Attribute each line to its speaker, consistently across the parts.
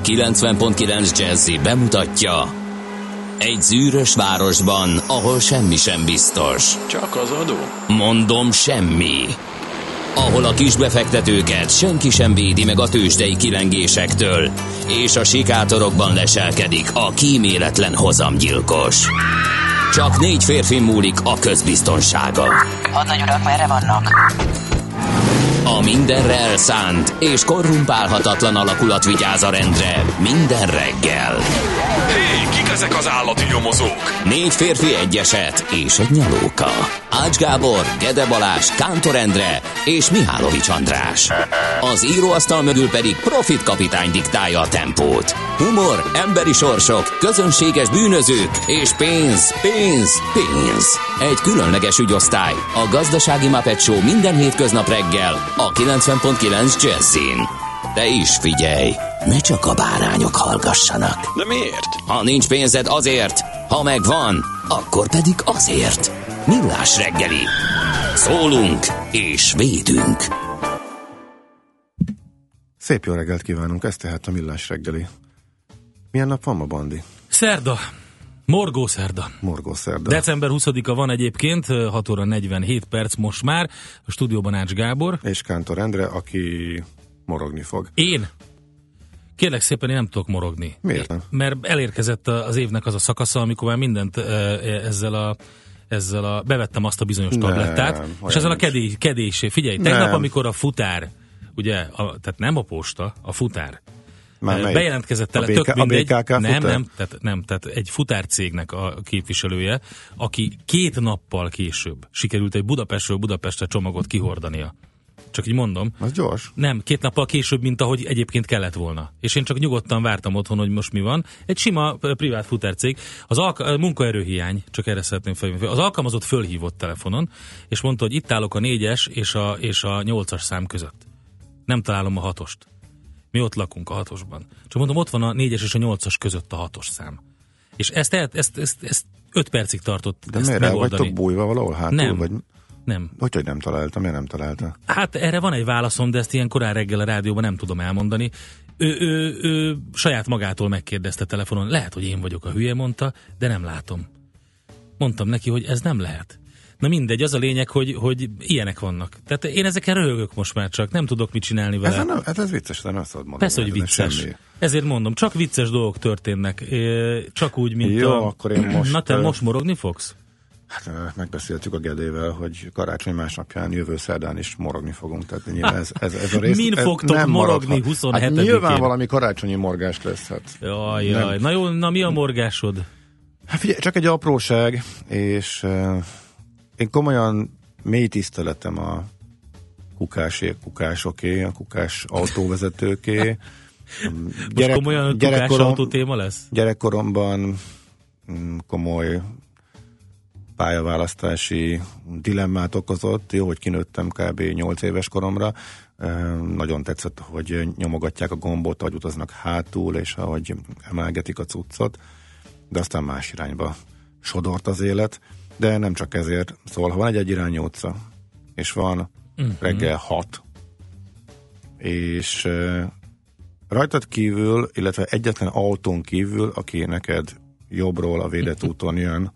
Speaker 1: 90.9 Jazzy bemutatja: egy zűrös városban, ahol semmi sem biztos.
Speaker 2: Csak az adó?
Speaker 1: Mondom, semmi. Ahol a kisbefektetőket senki sem védi meg a tőzsdei kilengésektől, és a sikátorokban leselkedik a kíméletlen hozamgyilkos. Csak 4 férfi múlik a közbiztonsága.
Speaker 3: Hadnagy urak, merre vannak?
Speaker 1: A mindenre elszánt és korrumpálhatatlan alakulat vigyáz a rendre minden reggel.
Speaker 2: Hé, kik ezek az állati nyomozók?
Speaker 1: 4 férfi, egy eset és egy nyalóka. Ács Gábor, Gede Balázs, Kántor Endre és Mihálovics András. Az íróasztal mögül pedig Profit kapitány diktálja a tempót. Humor, emberi sorsok, közönséges bűnözők és pénz, pénz, pénz. Egy különleges ügyosztály, a Gazdasági Muppet Show minden hétköznap reggel a 90.9 Jazzin. De is figyelj, ne csak a bárányok hallgassanak.
Speaker 2: De miért?
Speaker 1: Ha nincs pénzed, azért, ha megvan, akkor pedig azért. Millás reggeli. Szólunk és védünk.
Speaker 4: Szép jó reggelt kívánunk, ez tehát a Millás reggeli. Milyen nap van ma, Bandi?
Speaker 5: Szerda. Morgószerda.
Speaker 4: Morgószerda.
Speaker 5: December 20-a van egyébként, 6 óra 47 perc most már. A stúdióban Ács Gábor.
Speaker 4: És Kántor Endre, aki morogni fog.
Speaker 5: Én? Kérlek szépen, én nem tudok morogni.
Speaker 4: Miért nem?
Speaker 5: Mert elérkezett az évnek az a szakasza, amikor már mindent ezzel a bevettem azt a bizonyos tablettát, és ezzel a kedésé. Figyelj, tegnap, amikor a futár, ugye, tehát nem a posta, a futár, bejelentkezett tele, tök mindegy, tehát egy futárcégnek a képviselője, aki 2 nappal később sikerült egy Budapestről Budapestre csomagot kihordania. Csak így mondom.
Speaker 4: Az gyors.
Speaker 5: Nem, 2 nappal később, mint ahogy egyébként kellett volna. És én csak nyugodtan vártam otthon, hogy most mi van. Egy sima privát futárcég. Munkaerőhiány, csak erre szeretném felhívni. Az alkalmazott fölhívott telefonon, és mondta, hogy itt állok a 4-es és a 8-as szám között. Nem találom a 6-ost. Mi ott lakunk a 6-osban. Csak mondom, ott van a 4-es és a 8-as között a 6-os szám. És ezt 5 percig tartott.
Speaker 4: De miért el vagytok bújva valahol hátul?
Speaker 5: Nem.
Speaker 4: Vagy...
Speaker 5: Nem.
Speaker 4: Hogy nem találtam? Miért nem találta?
Speaker 5: Hát erre van egy válaszom, de ezt ilyen korán reggel a rádióban nem tudom elmondani. Ő saját magától megkérdezte telefonon. Lehet, hogy én vagyok a hülye, mondta, de nem látom. Mondtam neki, hogy ez nem lehet. Na mindegy, az a lényeg, hogy ilyenek vannak. Tehát én ezeken röhögök most már csak, nem tudok mit csinálni vele.
Speaker 4: Ez vicces, de nem szabad mondani.
Speaker 5: Persze, hogy vicces. Ezért mondom, csak vicces dolgok történnek. Csak úgy, mint
Speaker 4: akkor én most...
Speaker 5: Na te most morogni fogsz?
Speaker 4: Hát megbeszéltük a Gedével, hogy karácsony másnapján, jövő szerdán is morogni fogunk. Tehát nyilván ez a rész...
Speaker 5: Min fogtok morogni 27-én?
Speaker 4: Hát nyilván valami karácsonyi morgás lesz. Hát.
Speaker 5: Jaj. Na jó, na mi a morgásod?
Speaker 4: Hát figyelj, csak egy apróság, és én komolyan mély tiszteletem a kukásoké, a kukás autóvezetőké.
Speaker 5: Most komolyan kukás autó téma lesz?
Speaker 4: Gyerekkoromban komoly pályaválasztási dilemmát okozott. Jó, hogy kinőttem kb. 8 éves koromra. Nagyon tetszett, hogy nyomogatják a gombot, ahogy utaznak hátul, és ahogy emelgetik a cuccot. De aztán más irányba sodort az élet. De nem csak ezért. Szóval, ha van egy egyirányú utca, és van reggel 6, és rajtad kívül, illetve egyetlen autón kívül, aki neked jobbról a védett úton jön,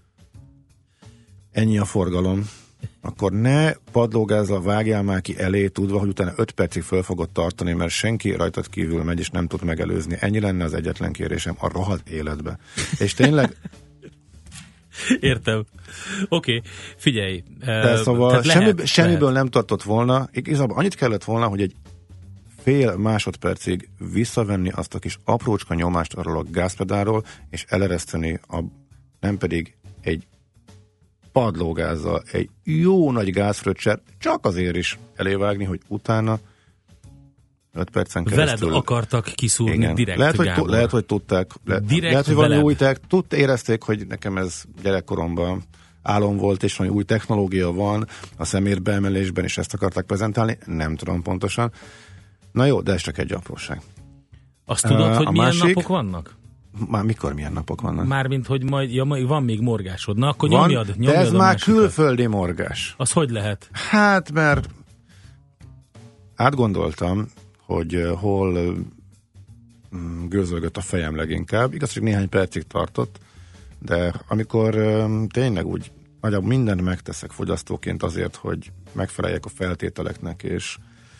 Speaker 4: ennyi a forgalom, akkor ne padlógázzal vágjál már ki elé, tudva, hogy utána 5 percig föl fogod tartani, mert senki rajtad kívül megy, és nem tud megelőzni. Ennyi lenne az egyetlen kérésem a rohadt életbe. És tényleg...
Speaker 5: Értem. Oké, figyelj.
Speaker 4: Szóval semmiből nem tartott volna, igazából annyit kellett volna, hogy egy fél másodpercig visszavenni azt a kis aprócska nyomást arról a gázpedálról, és elereszteni, nem pedig egy padlógázzal, egy jó nagy gázfröccser, csak azért is elévágni, hogy utána 5 percen keresztül...
Speaker 5: Veled akartak kiszúrni, igen. Direkt,
Speaker 4: lehet, hogy tudták, lehet, hogy valami új érezték, hogy nekem ez gyerekkoromban álom volt, és valami új technológia van a szemérbeemelésben, és ezt akarták prezentálni, nem tudom pontosan. Na jó, de ez csak egy apróság.
Speaker 5: Azt tudod, hogy milyen napok vannak?
Speaker 4: Már mikor milyen napok vannak?
Speaker 5: Mármint, hogy majd van még morgásod. Na, akkor
Speaker 4: van,
Speaker 5: nyomjad
Speaker 4: de ez
Speaker 5: a
Speaker 4: már
Speaker 5: másikat.
Speaker 4: Külföldi morgás.
Speaker 5: Az hogy lehet?
Speaker 4: Hát, mert átgondoltam, hogy hol gőzölgött a fejem leginkább. Igaz, hogy néhány percig tartott, de amikor tényleg úgy nagyjából mindent megteszek fogyasztóként azért, hogy megfeleljek a feltételeknek, és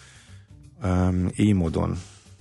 Speaker 4: így módon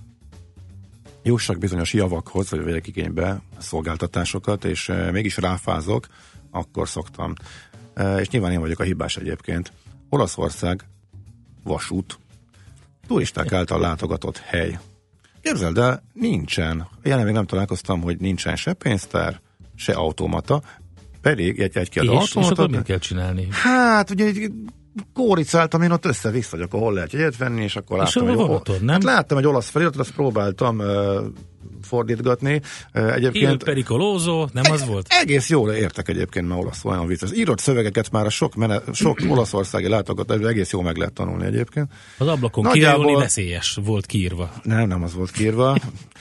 Speaker 4: jussak bizonyos javakhoz, vagy vegyek igénybe szolgáltatásokat, és mégis ráfázok, akkor szoktam. És nyilván én vagyok a hibás egyébként. Olaszország, vasút, turisták által látogatott hely. Képzeld el, nincsen. Jelenleg még nem találkoztam, hogy nincsen se pénztár, se automata, pedig egy kiadó
Speaker 5: automatot. És akkor mit kell csinálni?
Speaker 4: Hát, ugye kóricáltam én ott össze-vissza, hogy akkor hol lehet jegyet venni, és akkor láttam egy olasz feliratot, azt próbáltam fordítgatni. Egyébként
Speaker 5: perikolózó, nem az volt?
Speaker 4: Egész jól értek egyébként, mert olasz olyan vicces. Írott szövegeket már a sok olaszországi látogatásban egész jól meg lehet tanulni egyébként.
Speaker 5: Az ablakon kijárni veszélyes volt kiírva.
Speaker 4: Nem az volt kiírva.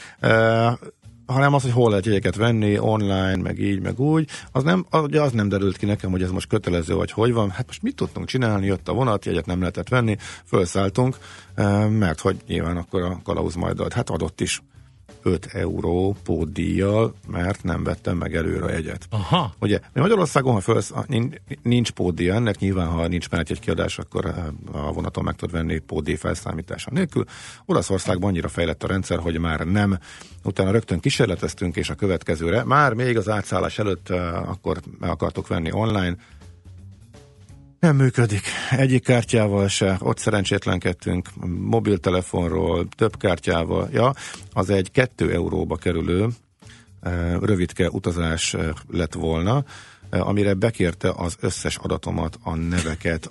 Speaker 4: Hanem az, hogy hol lehet jegyeket venni, online, meg így, meg úgy, az nem derült ki nekem, hogy ez most kötelező, vagy hogy van. Hát most mit tudtunk csinálni, jött a vonat, jegyet nem lehetett venni, felszálltunk, mert hogy nyilván akkor a kalauz majd adott is 5 euró pótdíjjal, mert nem vettem meg előre a jegyet.
Speaker 5: Aha.
Speaker 4: Ugye, Magyarországon, ha nincs pótdíja ennek, nyilván, ha nincs menet kiadás, akkor a vonaton meg tud venni pótdíj felszámítása nélkül. Olaszországban annyira fejlett a rendszer, hogy már nem. Utána rögtön kísérleteztünk, és a következőre, már még az átszállás előtt akkor meg akartok venni online. Nem működik. Egyik kártyával se. Ott szerencsétlenkedtünk. Mobiltelefonról, több kártyával. Ja, az egy 2 euróba kerülő rövidke utazás lett volna, amire bekérte az összes adatomat, a neveket,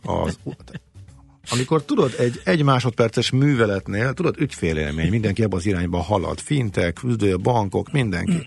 Speaker 4: amikor tudod, egy másodperces műveletnél, tudod, ügyfélélmény, mindenki ebbe az irányba halad, fintek, üzdő, bankok, mindenki.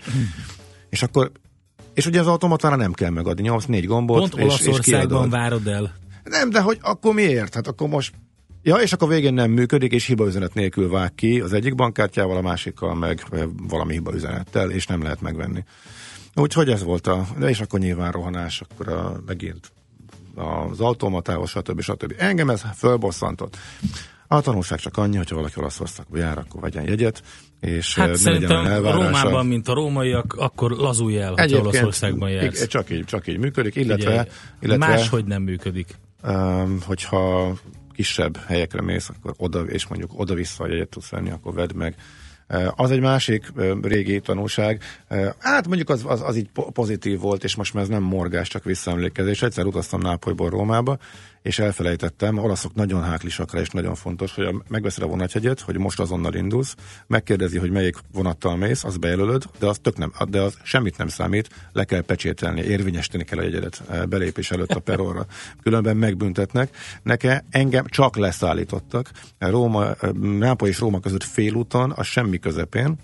Speaker 4: És ugye az automatára nem kell megadni, nyomsz 4 gombot,
Speaker 5: pont Olaszországban várod el.
Speaker 4: Nem, de hogy akkor miért? Hát akkor most... Ja, és akkor végén nem működik, és hibaüzenet nélkül vág ki az egyik bankkártyával, a másikkal meg valami hibaüzenettel, és nem lehet megvenni. Úgyhogy ez volt de és akkor nyilván rohanás, akkor megint az automatával, stb. Engem ez fölbosszantott. A tanulság csak annyi, hogyha valaki Olaszországba jár, akkor vegyen jegyet, és
Speaker 5: hát szerintem Rómában, mint a rómaiak, akkor lazulj el, hogyha Olaszországban jársz.
Speaker 4: Csak így működik, illetve
Speaker 5: máshogy nem működik.
Speaker 4: Hogyha kisebb helyekre mész, akkor oda, és mondjuk oda-vissza a jegyet tudsz venni, akkor vedd meg. Az egy másik régi tanulság. Hát mondjuk az így pozitív volt, és most már ez nem morgás, csak visszaemlékezés. Egyszer utaztam Nápolyból Rómába, és elfelejtettem, olaszok nagyon háklisakra, és nagyon fontos, hogy megveszed a vonatjegyet, hogy most azonnal indulsz, megkérdezi, hogy melyik vonattal mész, azt bejelölöd, de az semmit nem számít, le kell pecsételni, érvényesíteni kell a jegyedet belépés előtt a peronra. Különben megbüntetnek. Engem csak leszállítottak. Nápoly és Róma között félúton, a semmi közepén.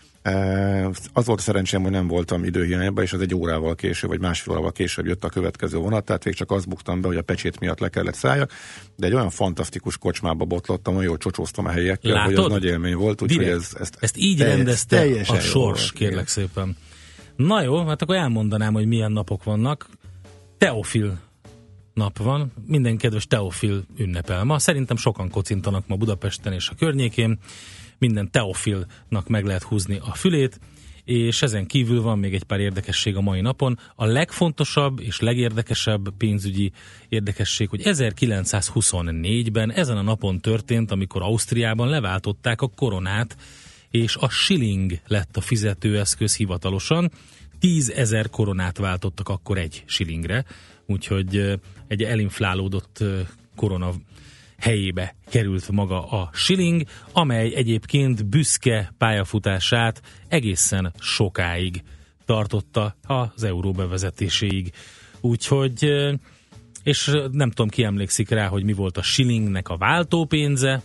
Speaker 4: Az volt a szerencsém, hogy nem voltam időhiányban, és az egy órával később, vagy másfél órával később jött a következő vonat, tehát végig csak azt buktam be, hogy a pecsét miatt le kellett szálljak, de egy olyan fantasztikus kocsmába botlottam, olyan jól csocsóztam a helyekkel, látod? Hogy az nagy élmény volt, úgyhogy
Speaker 5: ezt így rendezte a sors, kérlek szépen. Na jó, hát akkor elmondanám, hogy milyen napok vannak. Teofil nap van, minden kedves Teofil ünnepel ma. Szerintem sokan kocintanak ma Budapesten és a környékén. Minden Teofilnak meg lehet húzni a fülét, és ezen kívül van még egy pár érdekesség a mai napon. A legfontosabb és legérdekesebb pénzügyi érdekesség, hogy 1924-ben ezen a napon történt, amikor Ausztriában leváltották a koronát, és a shilling lett a fizetőeszköz hivatalosan. 10 000 koronát váltottak akkor egy shillingre, úgyhogy egy elinflálódott korona helyébe került maga a shilling, amely egyébként büszke pályafutását egészen sokáig tartotta az euró bevezetéséig. Úgyhogy, és nem tudom, ki emlékszik rá, hogy mi volt a shillingnek a váltópénze.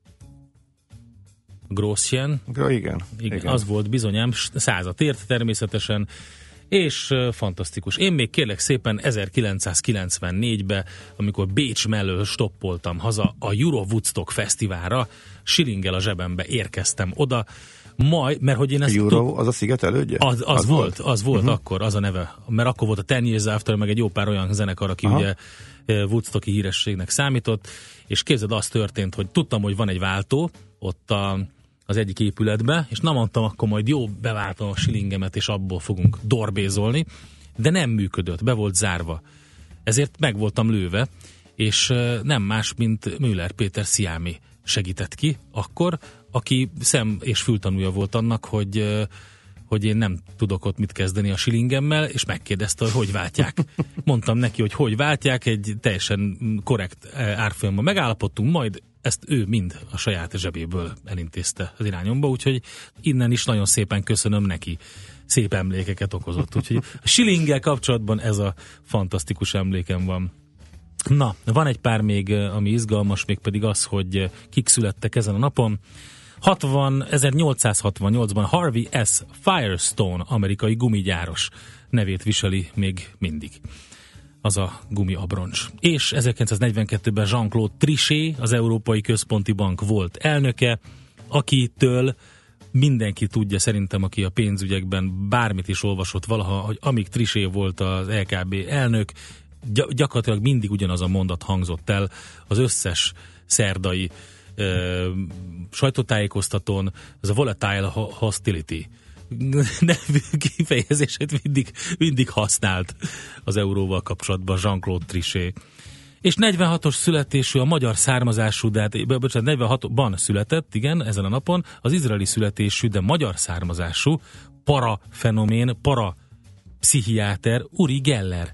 Speaker 5: Groschen. Igen, az volt bizonyám, 100-at ért természetesen, és fantasztikus. Én még kérlek szépen 1994-ben, amikor Bécs mellől stoppoltam haza a Euro Woodstock fesztiválra, shillinggel a zsebembe érkeztem oda, majd, mert hogy én ezt...
Speaker 4: Euro, az a sziget elődje?
Speaker 5: Az volt akkor, az a neve. Mert akkor volt a 10 Years After, meg egy jó pár olyan zenekar, aki ugye Woodstocki hírességnek számított, és képzeld, az történt, hogy tudtam, hogy van egy váltó, ott az egyik épületbe, és na mondtam, akkor majd jó, beváltam a silingemet, és abból fogunk dorbézolni, de nem működött, be volt zárva. Ezért meg voltam lőve, és nem más, mint Müller Péter Sziámi segített ki akkor, aki szem- és fültanúja volt annak, hogy én nem tudok ott mit kezdeni a silingemmel, és megkérdezte, hogy váltják. Mondtam neki, hogy váltják, egy teljesen korrekt árfolyamban megállapodtunk, majd ezt ő mind a saját zsebéből elintézte az irányomba, úgyhogy innen is nagyon szépen köszönöm neki. Szép emlékeket okozott. Úgyhogy a silinggel kapcsolatban ez a fantasztikus emlékem van. Na, van egy pár még, ami izgalmas, még pedig az, hogy kik születtek ezen a napon. 1868-ban Harvey S. Firestone, amerikai gumigyáros nevét viseli még mindig. Az a gumiabroncs. És 1942-ben Jean-Claude Trichet, az Európai Központi Bank volt elnöke, akitől mindenki tudja szerintem, aki a pénzügyekben bármit is olvasott valaha, hogy amíg Trichet volt az LKB elnök, gyakorlatilag mindig ugyanaz a mondat hangzott el az összes szerdai sajtótájékoztatón, ez a volatile hostility nevű kifejezését mindig használt az euróval kapcsolatban Jean-Claude Trichet. És 46-os születésű, a magyar származású, de hát 46-ban született, igen, ezen a napon, az izraeli születésű, de magyar származású parafenomén, parapszichiáter Uri Geller,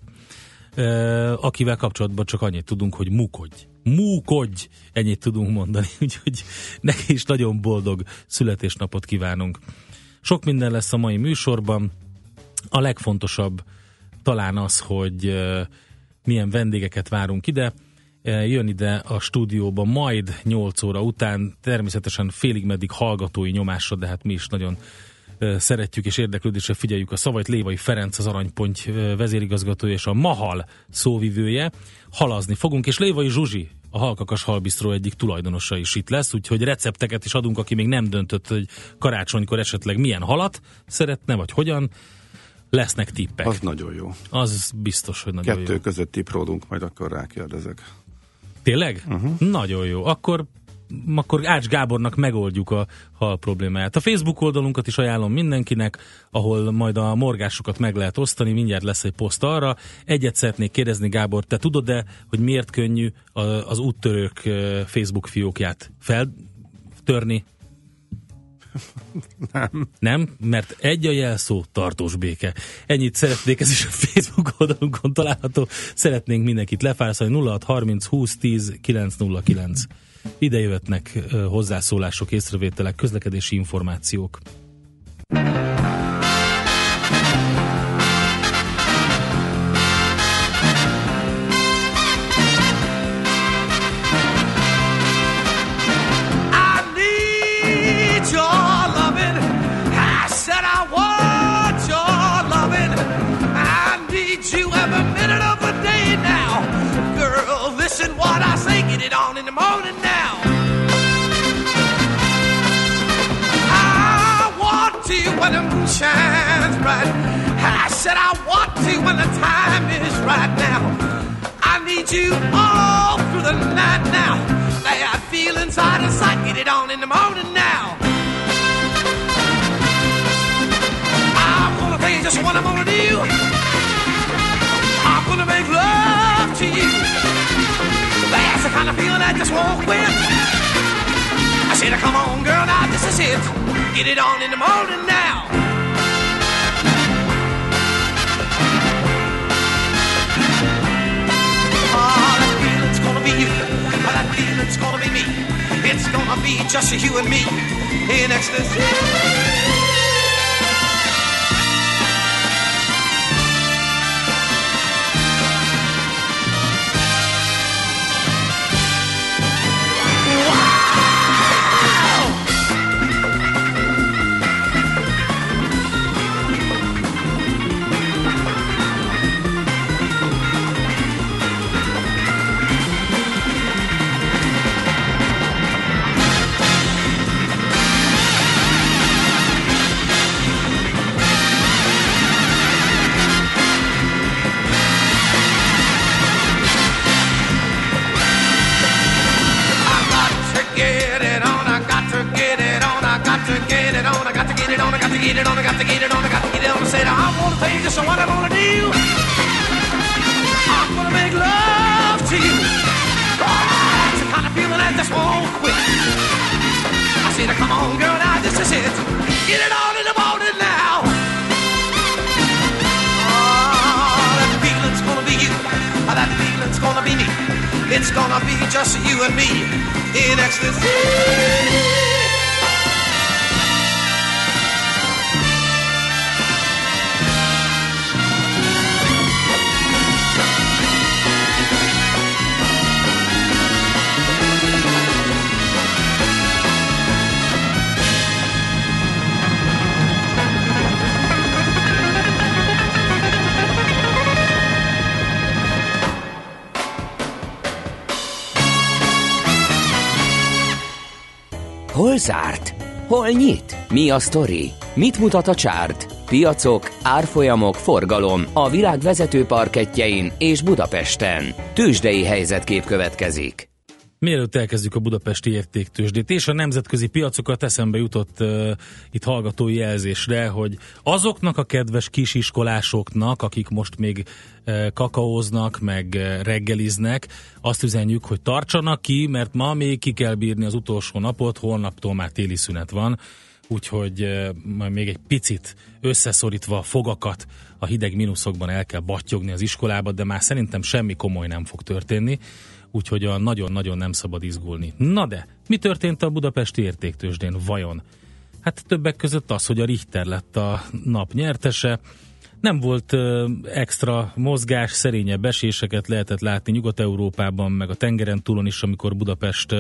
Speaker 5: akivel kapcsolatban csak annyit tudunk, hogy múkodj, ennyit tudunk mondani, úgyhogy neki is nagyon boldog születésnapot kívánunk. Sok minden lesz a mai műsorban, a legfontosabb talán az, hogy milyen vendégeket várunk ide. Jön ide a stúdióba majd 8 óra után, természetesen félig meddig hallgatói nyomásra, de hát mi is nagyon szeretjük és érdeklődésre figyeljük a szavait. Lévai Ferenc, az Aranyponty vezérigazgatója és a Mahal szóvivője. Halazni fogunk, és Lévai Zsuzsi, a Halkakas Halbisztró egyik tulajdonosa is itt lesz, úgyhogy recepteket is adunk, aki még nem döntött, hogy karácsonykor esetleg milyen halat szeretne, vagy hogyan. Lesznek tippek.
Speaker 4: Az nagyon jó.
Speaker 5: Az biztos, hogy nagyon
Speaker 4: 2
Speaker 5: jó.
Speaker 4: között tipprodunk, majd akkor rákérdezek.
Speaker 5: Tényleg? Nagyon jó. Akkor Ács Gábornak megoldjuk a hal problémáját. A Facebook oldalunkat is ajánlom mindenkinek, ahol majd a morgásokat meg lehet osztani, mindjárt lesz egy poszt arra. Egyet szeretnék kérdezni, Gábor, te tudod-e, hogy miért könnyű az úttörők Facebook fiókját feltörni? Nem, mert egy a jelszó, tartós béke. Ennyit szeretnék, ez is a Facebook oldalunkon található. Szeretnénk mindenkit lefárszani. 0630 20 10 909. Ide jöhetnek hozzászólások, észrevételek, közlekedési információk.
Speaker 6: When the moon shines bright, I said I want to when the time is right now. I need you all through the night now. That feeling's out of sight, get it on in the morning now. I'm gonna tell you just what I'm gonna do. I'm gonna make love to you. That's the kind of feeling I just won't quit. I said, come on, girl, now this is it. Get it on in the morning now. Oh, that feeling's gonna be you. Oh, that feeling's gonna be me. It's gonna be just you and me in ecstasy. got to get it on, I got to get it on. I said, I'm gonna tell you just what I'm gonna do. I'm gonna make love to you. Oh, that's the kind of feeling that just won't quit. I said, come on, girl, now this is it. Get it on in the morning now. Oh, that feeling's gonna be you. That feeling's gonna be me. It's gonna be just you and me in ecstasy.
Speaker 1: Hol zárt? Hol nyit? Mi a sztori? Mit mutat a csárt? Piacok, árfolyamok, forgalom a világ vezető parkettjein és Budapesten. Tőzsdei helyzetkép következik.
Speaker 5: Mielőtt elkezdjük a budapesti értéktőzsdét és a nemzetközi piacokat, eszembe jutott itt hallgatói jelzésre, hogy azoknak a kedves kisiskolásoknak, akik most még kakaóznak, meg reggeliznek, azt üzenjük, hogy tartsanak ki, mert ma még ki kell bírni az utolsó napot, holnaptól már téli szünet van, úgyhogy majd még egy picit összeszorítva a fogakat a hideg mínuszokban el kell battyogni az iskolába, de már szerintem semmi komoly nem fog történni, úgyhogy nagyon-nagyon nem szabad izgulni. Na de, mi történt a budapesti értéktőzsdén vajon? Hát többek között az, hogy a Richter lett a nap nyertese. Nem volt extra mozgás, szerényebb eséseket lehetett látni Nyugat-Európában, meg a tengeren túlon is, amikor Budapest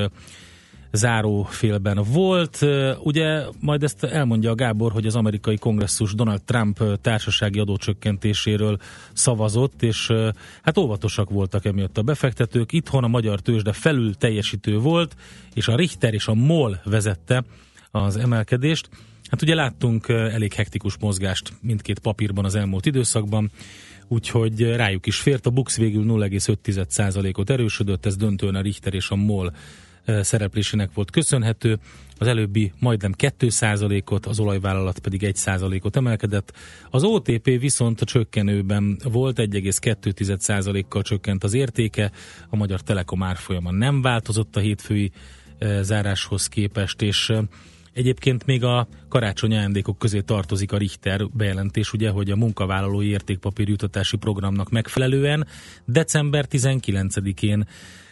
Speaker 5: zárófélben volt. Ugye majd ezt elmondja a Gábor, hogy az amerikai kongresszus Donald Trump társasági adócsökkentéséről szavazott, és hát óvatosak voltak emiatt a befektetők. Itthon a magyar tőzsde felül teljesítő volt, és a Richter és a MOL vezette az emelkedést. Hát ugye láttunk elég hektikus mozgást mindkét papírban az elmúlt időszakban, úgyhogy rájuk is fért. A BUX végül 0,5%-ot erősödött, ez döntően a Richter és a MOL szereplésének volt köszönhető. Az előbbi majdnem 2%-ot, az olajvállalat pedig 1%-ot emelkedett. Az OTP viszont a csökkenőben volt, 1,2%-kal csökkent az értéke. A Magyar Telekom árfolyama nem változott a hétfői záráshoz képest, és egyébként még a karácsonyi ajándékok közé tartozik a Richter bejelentés, ugye, hogy a munkavállalói értékpapírjutatási programnak megfelelően december 19-én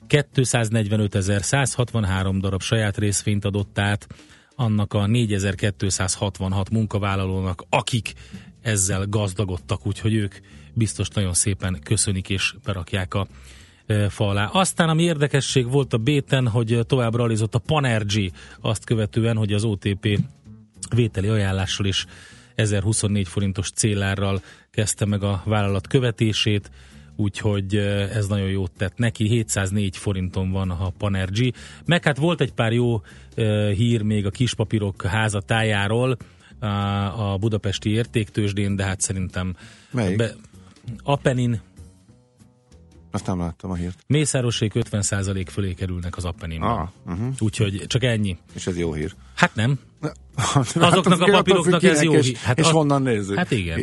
Speaker 5: 245.163 darab saját részvényt adott át annak a 4.266 munkavállalónak, akik ezzel gazdagodtak, úgyhogy ők biztos nagyon szépen köszönik és berakják a fa alá. Aztán ami érdekesség volt a béten, hogy tovább realizott a Panergy azt követően, hogy az OTP vételi ajánlással és 1024 forintos célárral kezdte meg a vállalat követését, úgyhogy ez nagyon jót tett neki. 704 forinton van a Panergy. Meg hát volt egy pár jó hír még a kispapírok házatájáról a budapesti értéktőzsdén, de hát szerintem Appenin.
Speaker 4: Azt nem láttam a hírt.
Speaker 5: Mészárosék 50% fölé kerülnek az Appeninban. Úgyhogy csak ennyi.
Speaker 4: És ez jó hír.
Speaker 5: Hát nem. Azoknak a papíroknak ez jó hír.
Speaker 4: Hát és honnan nézzük?
Speaker 5: Hát igen.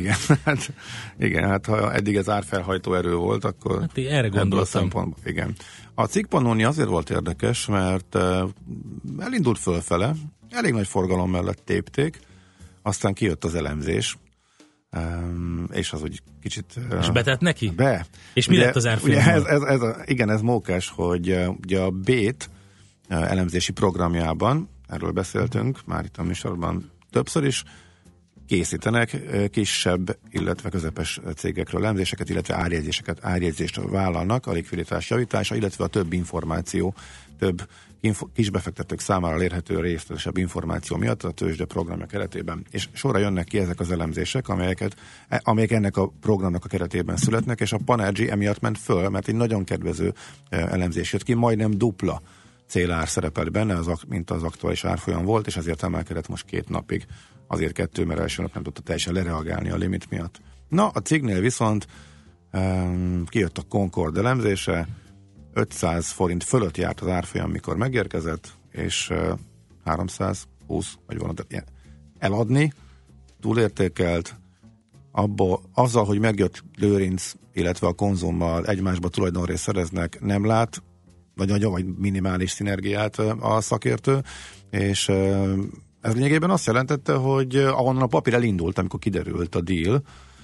Speaker 4: Igen, ha eddig ez árfelhajtó erő volt, akkor
Speaker 5: hát erre gondoltam.
Speaker 4: Igen. A cikk Pannoni azért volt érdekes, mert elindult fölfele, elég nagy forgalom mellett tépték, aztán kijött az elemzés, és az úgy kicsit...
Speaker 5: És betett neki?
Speaker 4: Be.
Speaker 5: És mi lett az árfolyam?
Speaker 4: Igen, ez mókás, hogy ugye a BÉT elemzési programjában, erről beszéltünk már itt a műsorban többször is, készítenek kisebb, illetve közepes cégekről elemzéseket, illetve árjegyzést vállalnak a likviditás javítása, illetve a több információ, több kisbefektetők számára elérhető részletesebb információ miatt a tőzsde programja keretében. És sorra jönnek ki ezek az elemzések, amelyek ennek a programnak a keretében születnek, és a Panergy emiatt ment föl, mert egy nagyon kedvező elemzés jött ki, majdnem dupla célár szerepel benne, mint az aktuális árfolyam volt, és ezért emelkedett most 2 napig. Azért 2, mert első nap nem tudta teljesen lereagálni a limit miatt. Na, a cégnél viszont kijött a Concord elemzése, 500 forint fölött járt az árfolyam, mikor megérkezett, és 320, vagy valami eladni, túlértékelt, azzal, hogy megjött Lőrinc, illetve a Konzummal egymásba tulajdonrészt szereznek, nem lát, vagy minimális szinergiát a szakértő, és ez lényegében azt jelentette, hogy ahonnan a papír elindult, amikor kiderült a deal,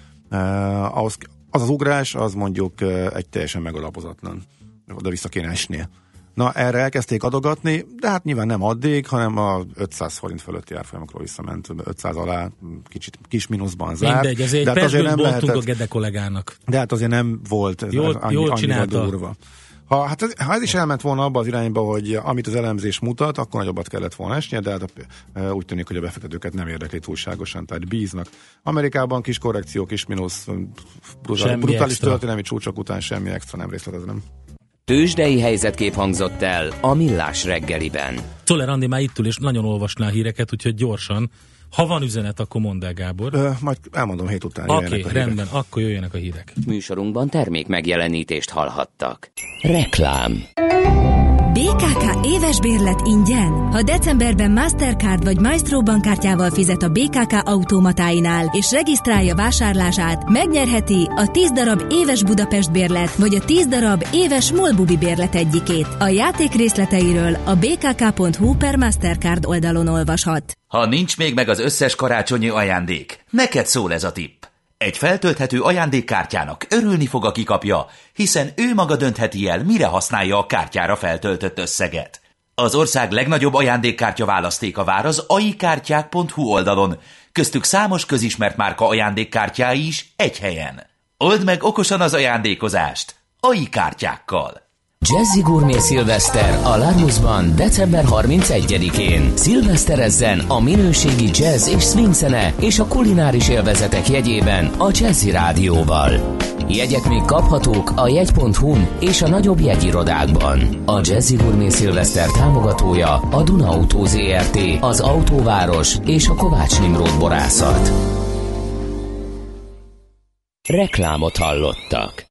Speaker 4: az ugrás, az mondjuk egy teljesen megalapozatlan. Oda vissza kéne esnie. Na, erre elkezdték adogatni, de hát nyilván nem addig, hanem a 500 forint fölötti árfolyamokról visszament, 500 alá, kis mínuszban zárt.
Speaker 5: Mindegy, ezért egy percből bontunk a Gede kollégának.
Speaker 4: De hát azért nem volt annyira durva. Ha ez is elment volna abba az irányba, hogy amit az elemzés mutat, akkor nagyobbat kellett volna esnie, de hát úgy tűnik, hogy a befektetőket nem érdekli túlságosan, tehát bíznak. Amerikában kis korrekció, kis mínusz, brutális történelmi csúcsok után semmi extra nem részletezem.
Speaker 1: Tőzsdei helyzetkép hangzott el a Millás reggeliben.
Speaker 5: Czoller Andi már itt ül, és nagyon olvasná a híreket, úgyhogy gyorsan. Ha van üzenet, akkor mondd el, Gábor.
Speaker 4: Majd elmondom 7 után.
Speaker 5: Oké, rendben, akkor jöjjenek a hírek.
Speaker 1: Műsorunkban termék megjelenítést hallhattak. Reklám.
Speaker 7: BKK éves bérlet ingyen. Ha decemberben Mastercard vagy Maestro bankkártyával fizet a BKK automatáinál és regisztrálja vásárlását, megnyerheti a 10 darab éves Budapest bérlet vagy a 10 darab éves Molbubi bérlet egyikét. A játék részleteiről a bkk.hu/Mastercard oldalon olvashat.
Speaker 8: Ha nincs még meg az összes karácsonyi ajándék, neked szól ez a tipp. Egy feltölthető ajándékkártyának örülni fog, aki kapja, hiszen ő maga döntheti el, mire használja a kártyára feltöltött összeget. Az ország legnagyobb ajándékkártya választéka vár az aikártyák.hu oldalon, köztük számos közismert márka ajándékkártyái is egy helyen. Old meg okosan az ajándékozást AI kártyákkal.
Speaker 1: Jazzy Gourmet Szilveszter a Larmusban december 31-én. Szilveszterezzen a minőségi jazz és swing zene és a kulináris élvezetek jegyében a Jazzy Rádióval. Jegyek még kaphatók a jegy.hu-n és a nagyobb jegyirodákban. A Jazzy Gourmet Szilveszter támogatója a Duna Autó Zrt., az Autóváros és a Kovács Nimród Borászat. Reklámot hallottak.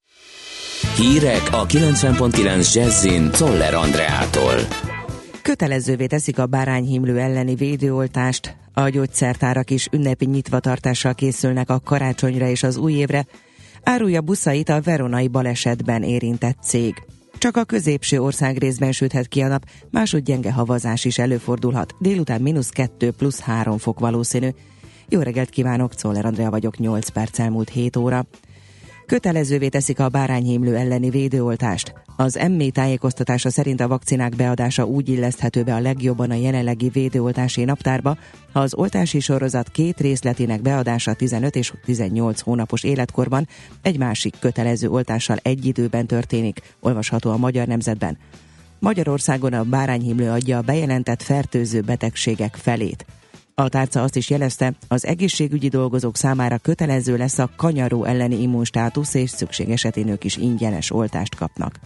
Speaker 1: Hírek a 90.9 Jazzin Czoller Andreától.
Speaker 9: Kötelezővé teszik a bárányhimlő elleni védőoltást. A gyógyszertárak is ünnepi nyitvatartással készülnek a karácsonyra és az új évre. Árulja buszait a veronai balesetben érintett cég. Csak a középső országrészben süthet ki a nap, máshogy gyenge havazás is előfordulhat. Délután -2 +3 fok valószínű. Jó reggelt kívánok, Czoller Andrea vagyok, 8 perc elmúlt 7 óra. Kötelezővé teszik a bárányhimlő elleni védőoltást. Az ME tájékoztatása szerint a vakcinák beadása úgy illeszthető be a legjobban a jelenlegi védőoltási naptárba, ha az oltási sorozat 2 részletének beadása 15 és 18 hónapos életkorban egy másik kötelező oltással egy időben történik, olvasható a Magyar Nemzetben. Magyarországon a bárányhimlő adja a bejelentett fertőző betegségek felét. A tárca azt is jelezte, az egészségügyi dolgozók számára kötelező lesz a kanyaró elleni immunstátusz, és szükség esetén ők is ingyenes oltást kapnak.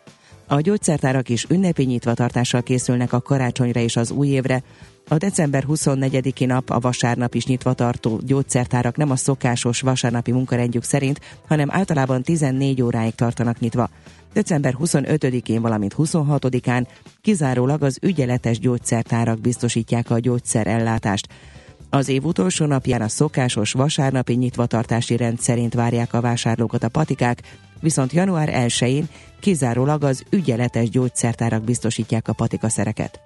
Speaker 9: A gyógyszertárak is ünnepi nyitvatartással készülnek a karácsonyra és az új évre. A december 24-i nap, a vasárnap is nyitva tartó gyógyszertárak nem a szokásos vasárnapi munkarendjük szerint, hanem általában 14 óráig tartanak nyitva. December 25-én, valamint 26-án kizárólag az ügyeletes gyógyszertárak biztosítják a gyógyszerellátást. Az év utolsó napján a szokásos vasárnapi nyitvatartási rend szerint várják a vásárlókat a patikák, viszont január 1-én kizárólag az ügyeletes gyógyszertárak biztosítják a patikaszereket.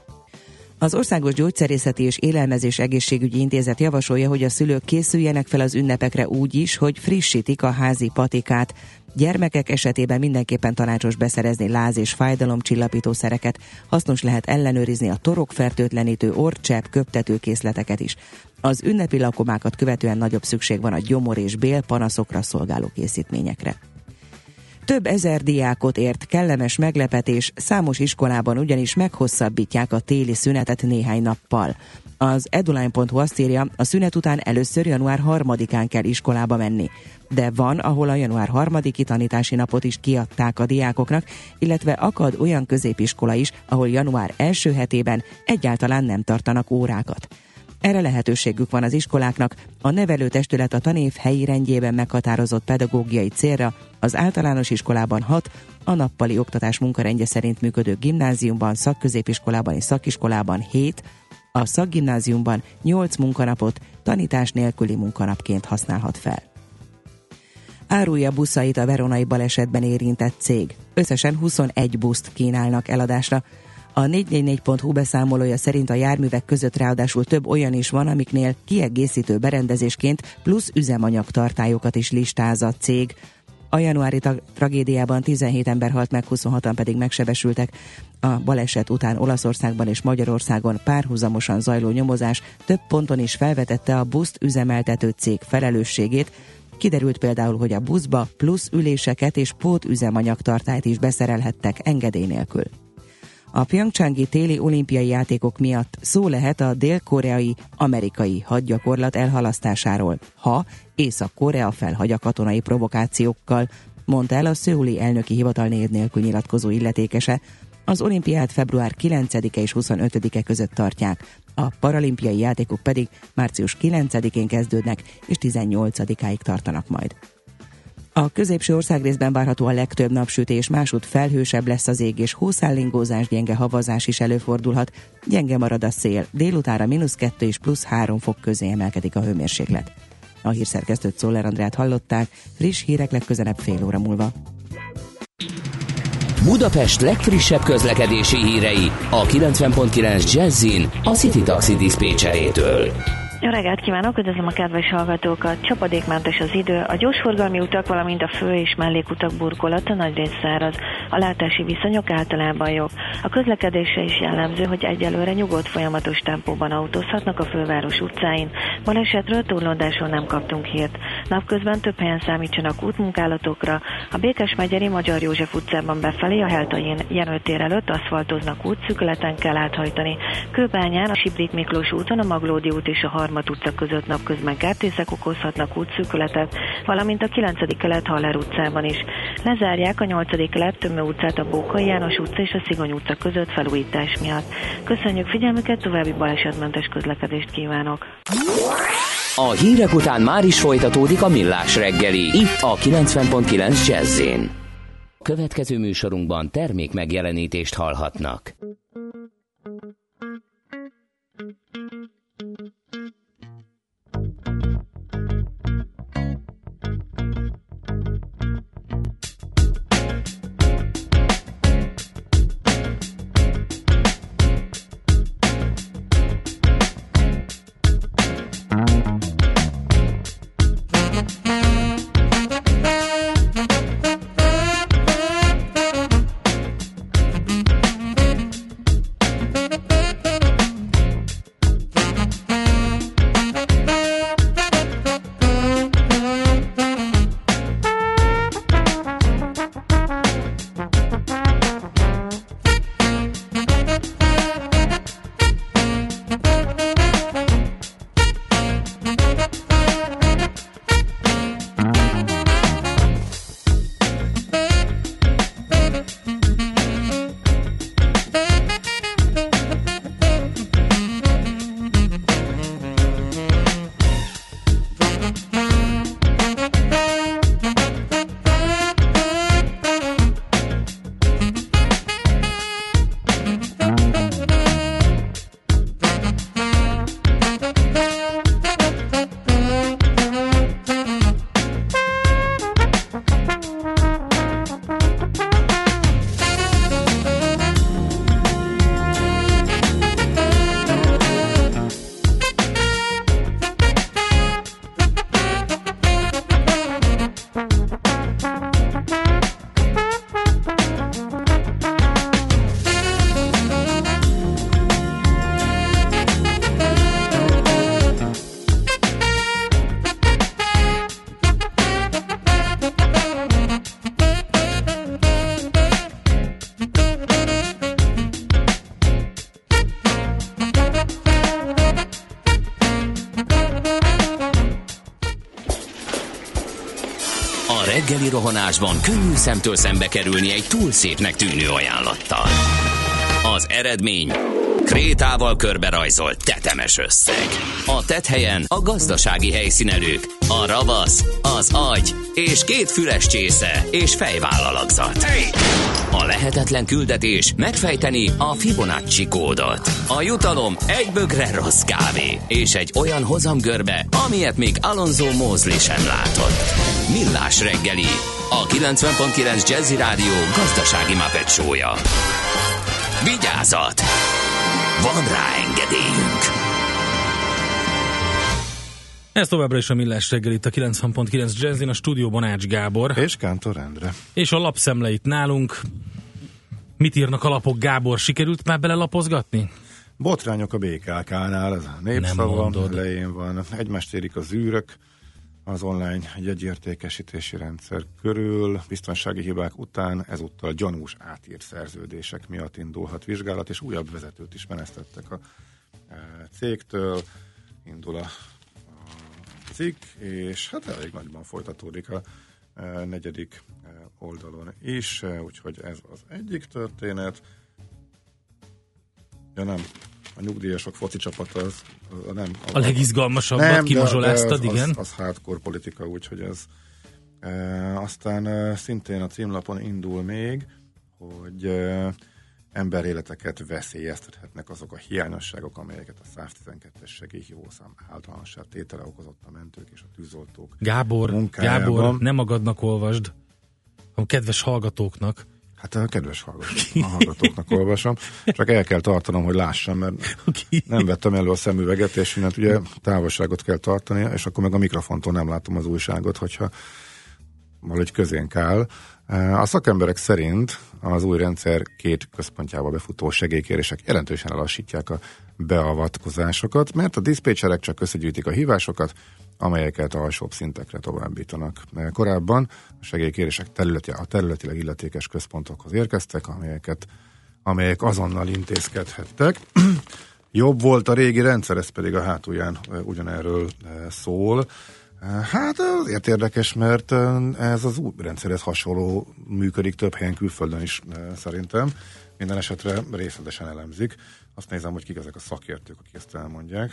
Speaker 9: Az Országos Gyógyszerészeti és Élelmezés Egészségügyi Intézet javasolja, hogy a szülők készüljenek fel az ünnepekre úgy is, hogy frissítik a házi patikát. Gyermekek esetében mindenképpen tanácsos beszerezni láz- és fájdalomcsillapítószereket, hasznos lehet ellenőrizni a torokfertőtlenítő, orrcsepp, köptetőkészleteket is. Az ünnepi lakomákat követően nagyobb szükség van a gyomor- és bélpanaszokra szolgáló készítményekre. Több ezer diákot ért kellemes meglepetés, számos iskolában ugyanis meghosszabbítják a téli szünetet néhány nappal. Az eduline.hu azt írja, a szünet után először január 3-án kell iskolába menni. De van, ahol a január 3-i tanítási napot is kiadták a diákoknak, illetve akad olyan középiskola is, ahol január első hetében egyáltalán nem tartanak órákat. Erre lehetőségük van az iskoláknak, a nevelőtestület a tanév helyi rendjében meghatározott pedagógiai célra az általános iskolában 6, a nappali oktatás munkarendje szerint működő gimnáziumban, szakközépiskolában és szakiskolában 7, A szakgimnáziumban 8 munkanapot tanítás nélküli munkanapként használhat fel. Árulja buszait a veronai balesetben érintett cég. Összesen 21 buszt kínálnak eladásra. A 444.hu beszámolója szerint a járművek között ráadásul több olyan is van, amiknél kiegészítő berendezésként plusz üzemanyagtartályokat is listáz a cég. A januári tragédiában 17 ember halt meg, 26-an pedig megsebesültek. A baleset után Olaszországban és Magyarországon párhuzamosan zajló nyomozás több ponton is felvetette a buszt üzemeltető cég felelősségét. Kiderült például, hogy a buszba plusz üléseket és pótüzemanyagtartályt is beszerelhettek engedély nélkül. A pjongcsangi téli olimpiai játékok miatt szó lehet a dél-koreai amerikai hadgyakorlat elhalasztásáról, ha Észak-Korea felhagy a katonai provokációkkal, mondta el a szöuli elnöki hivatal név nélkül nyilatkozó illetékese. Az olimpiát február 9-e és 25-e között tartják, a paralimpiai játékok pedig március 9-én kezdődnek és 18-áig tartanak majd. A középső országrészben várható a legtöbb napsütés, másút felhősebb lesz az ég, és hószállingózás, gyenge havazás is előfordulhat. Gyenge marad a szél, délutánra -2 és +3 fok közé emelkedik a hőmérséklet. A hírszerkesztőt, Szoller Andrát hallották, friss hírek legközelebb fél óra múlva.
Speaker 1: Budapest legfrissebb közlekedési hírei a 90.9 Jazzin a City Taxi diszpécserétől.
Speaker 10: Jó reggelt kívánok, üdvözlöm a kedves hallgatókat! Csapadékmentes az idő, a gyorsforgalmi utak, valamint a fő- és mellékutak burkolata nagyrészt száraz. A látási viszonyok általában jobb. A közlekedésre is jellemző, hogy egyelőre nyugodt, folyamatos tempóban autózhatnak a főváros utcáin. Balesetről, torlódásról nem kaptunk hírt. Napközben több helyen számítsanak útmunkálatokra. A Békesmegyeri Magyar József utcában befelé, a Heltai Jenő tér előtt aszfaltoznak, útszűkületen kell áthajtani. Kőbányán, a Sibrik Miklós úton, a Maglódi út és a Harmat utca között napközben kertészek okozhatnak útszűkületet, valamint a 9. kelet Haller utcában is. Lezárják a 8. kelet Tömő utcát a Bókai János utca és a Szigony utca között felújítás miatt. Köszönjük figyelmüket, további balesetmentes közlekedést kívánok!
Speaker 1: A hírek után már is folytatódik a Millás reggeli, itt a 90.9 Jazz-én. Következő műsorunkban termék megjelenítést hallhatnak. Reggeli rohanásban könnyű szemtől szembe kerülni egy túl szépnek tűnő ajánlattal. Az eredmény krétával körberajzolt tetemes összeg. A tetthelyen a gazdasági helyszínelők, a ravasz, az agy és 2 füles csésze és fejvállalakzat. A lehetetlen küldetés megfejteni a Fibonacci kódot. A jutalom egy bögre rossz kávé és egy olyan hozamgörbe, amilyet még Alonso Mosley sem látott. Millás reggeli, a 90.9 Jazzy Rádió gazdasági Muppet show-ja. Vigyázat! Van rá engedélyünk!
Speaker 5: Ez továbbra is a Millás reggel itt a 90.9 Jazzin, a stúdióban Ács Gábor.
Speaker 4: És Kántor Endre.
Speaker 5: És a lapszemleit nálunk. Mit írnak a lapok, Gábor? Sikerült már belelapozgatni?
Speaker 4: Botrányok a BKK-nál, ez a népszava, elején van. Egymást érik az űrök az online jegyértékesítési rendszer körül. Biztonsági hibák után ezúttal gyanús átírt szerződések miatt indulhat vizsgálat, és újabb vezetőt is menesztettek a cégtől. Indul a cikk, és hát elég nagyban folytatódik a 4. oldalon is, úgyhogy ez az egyik történet. Ja nem, a nyugdíjasok foci csapata az nem.
Speaker 5: A legizgalmasabbat kimazsoláztad, igen.
Speaker 4: Az hardcore politika, úgyhogy ez aztán szintén a címlapon indul még, hogy emberéleteket veszélyeztethetnek azok a hiányosságok, amelyeket a 112-es segélyhívószám általánossá tétele okozott a mentők és a tűzoltók munkájában.
Speaker 5: Gábor, nem magadnak olvasd, hanem kedves hallgatóknak.
Speaker 4: Hát a kedves hallgatóknak olvasom, csak el kell tartanom, hogy lássam, mert nem vettem elő a szemüveget, és innen ugye távolságot kell tartani, és akkor meg a mikrofontól nem látom az újságot, hogyha valahogy közénk áll. A szakemberek szerint az új rendszer 2 központjába befutó segélykérések jelentősen elassítják a beavatkozásokat, mert a diszpécserek csak összegyűjtik a hívásokat, amelyeket alsóbb szintekre továbbítanak. Korábban a segélykérések a területileg illetékes központokhoz érkeztek, amelyek azonnal intézkedhettek. Jobb volt a régi rendszer, ez pedig a hátulján ugyanerről szól. Hát azért érdekes, mert ez az új rendszerhez hasonló működik több helyen külföldön is szerintem. Minden esetre részletesen elemzik. Azt nézem, hogy kik ezek a szakértők, akik ezt elmondják.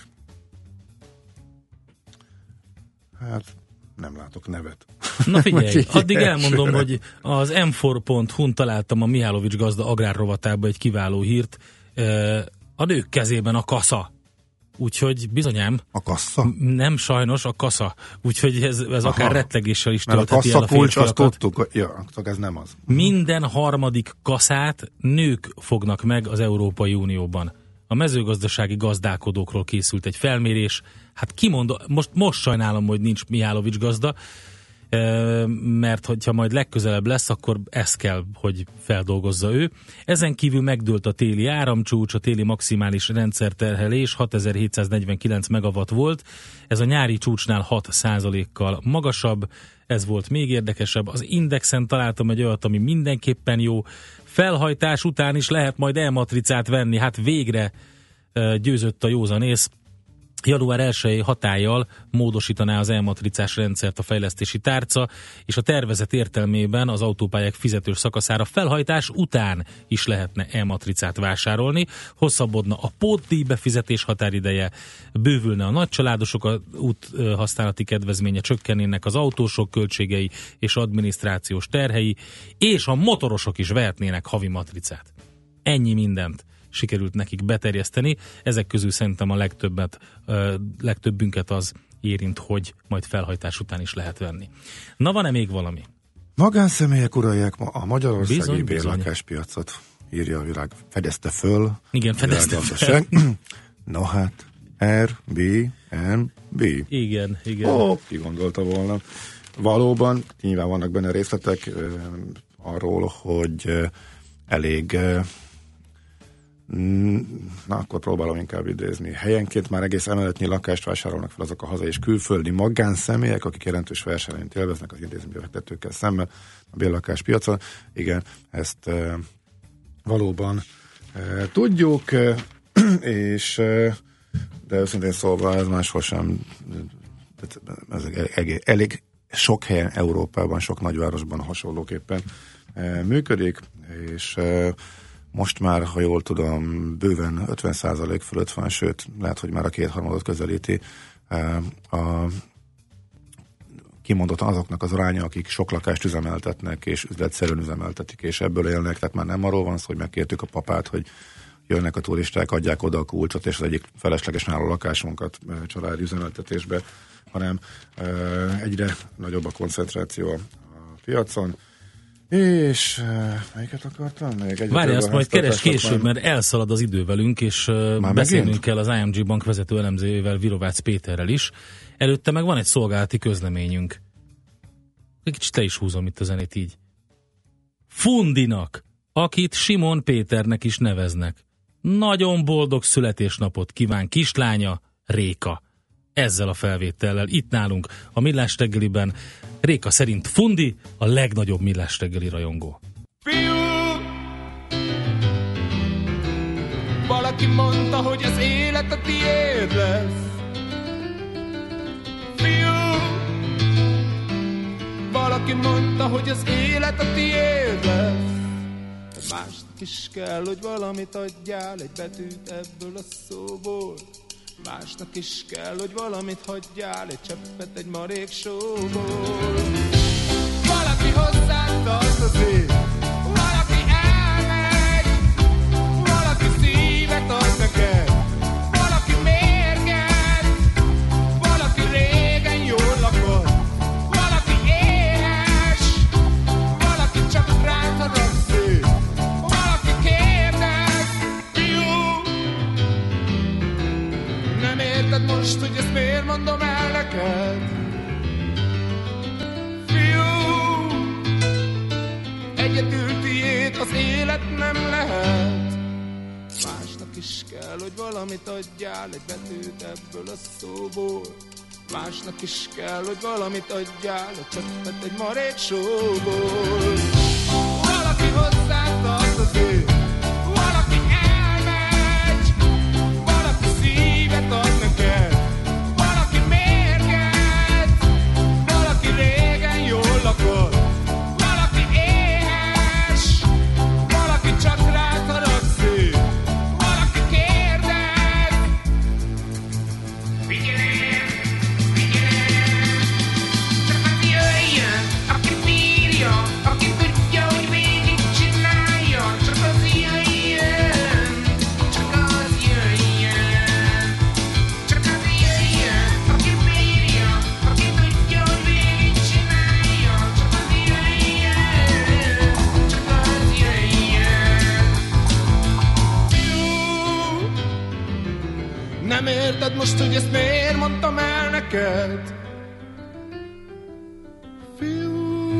Speaker 4: Hát nem látok nevet.
Speaker 5: Na figyelj, addig elmondom, hogy az m4.hu-n találtam a Mihálovics gazda agrárrovatában egy kiváló hírt. A nők kezében a kasza. Úgyhogy bizonyám.
Speaker 4: A kassa?
Speaker 5: Nem sajnos, a kasza. Úgyhogy ez akár rettegéssel is töltheti el a
Speaker 4: férfiakat. Mert a kulcs, azt tudtuk, ja, ez nem az.
Speaker 5: Minden harmadik kaszát nők fognak meg az Európai Unióban. A mezőgazdasági gazdálkodókról készült egy felmérés. Hát kimondom, most sajnálom, hogy nincs Mihálovics gazda, mert hogyha majd legközelebb lesz, akkor ezt kell, hogy feldolgozza ő. Ezen kívül megdőlt a téli áramcsúcs, a téli maximális rendszerterhelés 6749 megawatt volt, ez a nyári csúcsnál 6%-kal magasabb, ez volt még érdekesebb. Az Indexen találtam egy olyat, ami mindenképpen jó. Felhajtás után is lehet majd E-matricát venni, hát végre győzött a józanész. Január 1. hatállyal módosítaná az E-matricás rendszert a fejlesztési tárca, és a tervezet értelmében az autópályák fizetős szakaszára felhajtás után is lehetne E-matricát vásárolni, hosszabbodna a pótdíj befizetés határideje, bővülne a nagycsaládosok a úthasználati kedvezménye, csökkennének az autósok költségei és adminisztrációs terhei, és a motorosok is vehetnének havi matricát. Ennyi mindent sikerült nekik beterjeszteni. Ezek közül szerintem a legtöbbünket az érint, hogy majd felhajtás után is lehet venni. Na, van-e még valami?
Speaker 4: Magánszemélyek uralják ma a magyarországi bérlakáspiacot, írja a világ. Fedezte föl.
Speaker 5: Igen, fedezte föl.
Speaker 4: No hát, Airbnb.
Speaker 5: Igen.
Speaker 4: Ki gondolta volna. Valóban, nyilván vannak benne részletek arról, hogy elég na, akkor próbálom inkább idézni. Helyenként már egész emeletnyi lakást vásárolnak fel azok a hazai és külföldi magánszemélyek, akik jelentős versenyt élveznek az intézménybefektetőkkel szemben a bérlakáspiacon. Igen, ezt elég tudjuk, és de őszintén szólva ez máshol sem, ez elég sok helyen Európában, sok nagyvárosban hasonlóképpen működik, és most már, ha jól tudom, bőven 50% fölött van, sőt, lehet, hogy már a 2/3 közelíti kimondottan azoknak az aránya, akik sok lakást üzemeltetnek, és üzletszerűen üzemeltetik, és ebből élnek, tehát már nem arról van szó, hogy megkértük a papát, hogy jönnek a turisták, adják oda a kulcsot, és az egyik feleslegesen álló lakásunkat családi üzemeltetésbe, hanem egyre nagyobb a koncentráció a piacon. És melyiket akartam?
Speaker 5: Várj, azt majd keres később, mert elszalad az idő velünk, és beszélnünk kell az IMG Bank vezető elemzőjével, Virovácz Péterrel is. Előtte meg van egy szolgálati közleményünk. Egy kicsit le is húzom itt a zenét így. Fundinak, akit Simon Péternek is neveznek, nagyon boldog születésnapot kíván kislánya, Réka. Ezzel a felvétellel itt nálunk a Millás reggeliben. Réka szerint Fundi a legnagyobb Millás reggeli rajongó.
Speaker 6: Fiú! Valaki mondta, hogy az élet a tiéd lesz. Fiú! Valaki mondta, hogy az élet a tiéd lesz. Másnak is kell, hogy valamit adjál, egy betűt ebből a szóból. Másnak is kell, hogy valamit hagyjál, egy cseppet egy marék sóból. Valaki hozzánk tartozik, valaki elmegy, valaki szívet ad neked, valaki mérged, valaki régen jól lakott, valaki éhes, valaki csak rád haragszik, valaki kérdez, fiú. Nem érted most, hogy ezt miért mondom el neked? Fiú, egyedül tiéd az élet nem lehet. Másnak is kell, hogy valamit adjál, egy betűt ebből a szóból. Másnak is kell, hogy valamit adjál, egy cseppet egy marék sóból. Valaki hozzánk tartozik, valaki elmegy, valaki szívet ad neked, valaki mérged, valaki régen jól lakott, valaki éhes, valaki csak rád haragszik, valaki kérdez. Figyelj, csak az jöjjön, aki bírja, aki tudja, hogy végigcsinálja, csak az jöjjön, csak az jöjjön, csak az jöjjön, aki bírja, aki tudja, hogy végigcsinálja, csak az jöjjön, csak az jöjjön. Nem érted most, hogy ezt miért mondtam el neked? Fiú,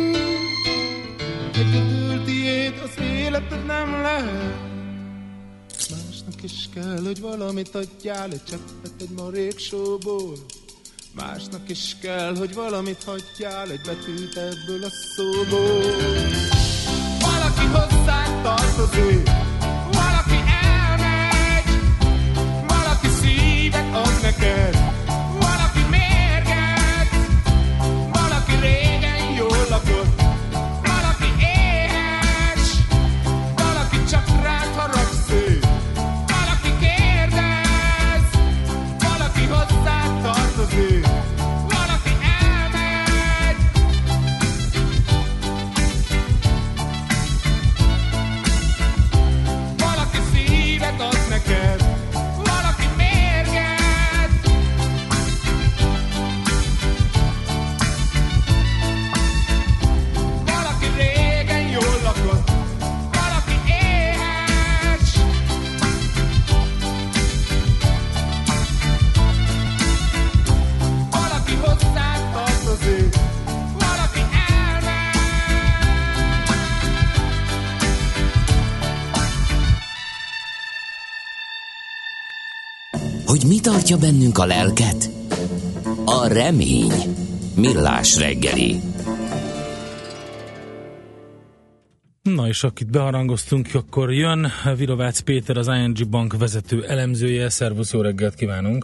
Speaker 6: egyedül tiéd az életed nem lehet. Másnak is kell, hogy valamit adjál, egy cseppet egy marék sóból. Másnak is kell, hogy valamit hagyjál, egy betűt ebből a szóból. Valaki hozzánk tartozik, valaki elmegy, valaki szívet ad neked, valaki mérged, valaki régen jól lakott, valaki éhes, valaki csak rád haragszik, valaki kérdez, valaki hozzánk tartozik, valaki elmegy. Valaki szívet ad neked, valaki mérged, valaki régen jól lakott, valaki éhes, valaki hozzánk tartozik, valaki elmegy.
Speaker 1: Hogy mi tartja bennünk a lelket? A remény. Millás reggeli.
Speaker 5: Na és akit beharangoztunk, akkor jön Virovácz Péter, az ING Bank vezető elemzője. Szervusz, jó reggelt kívánunk!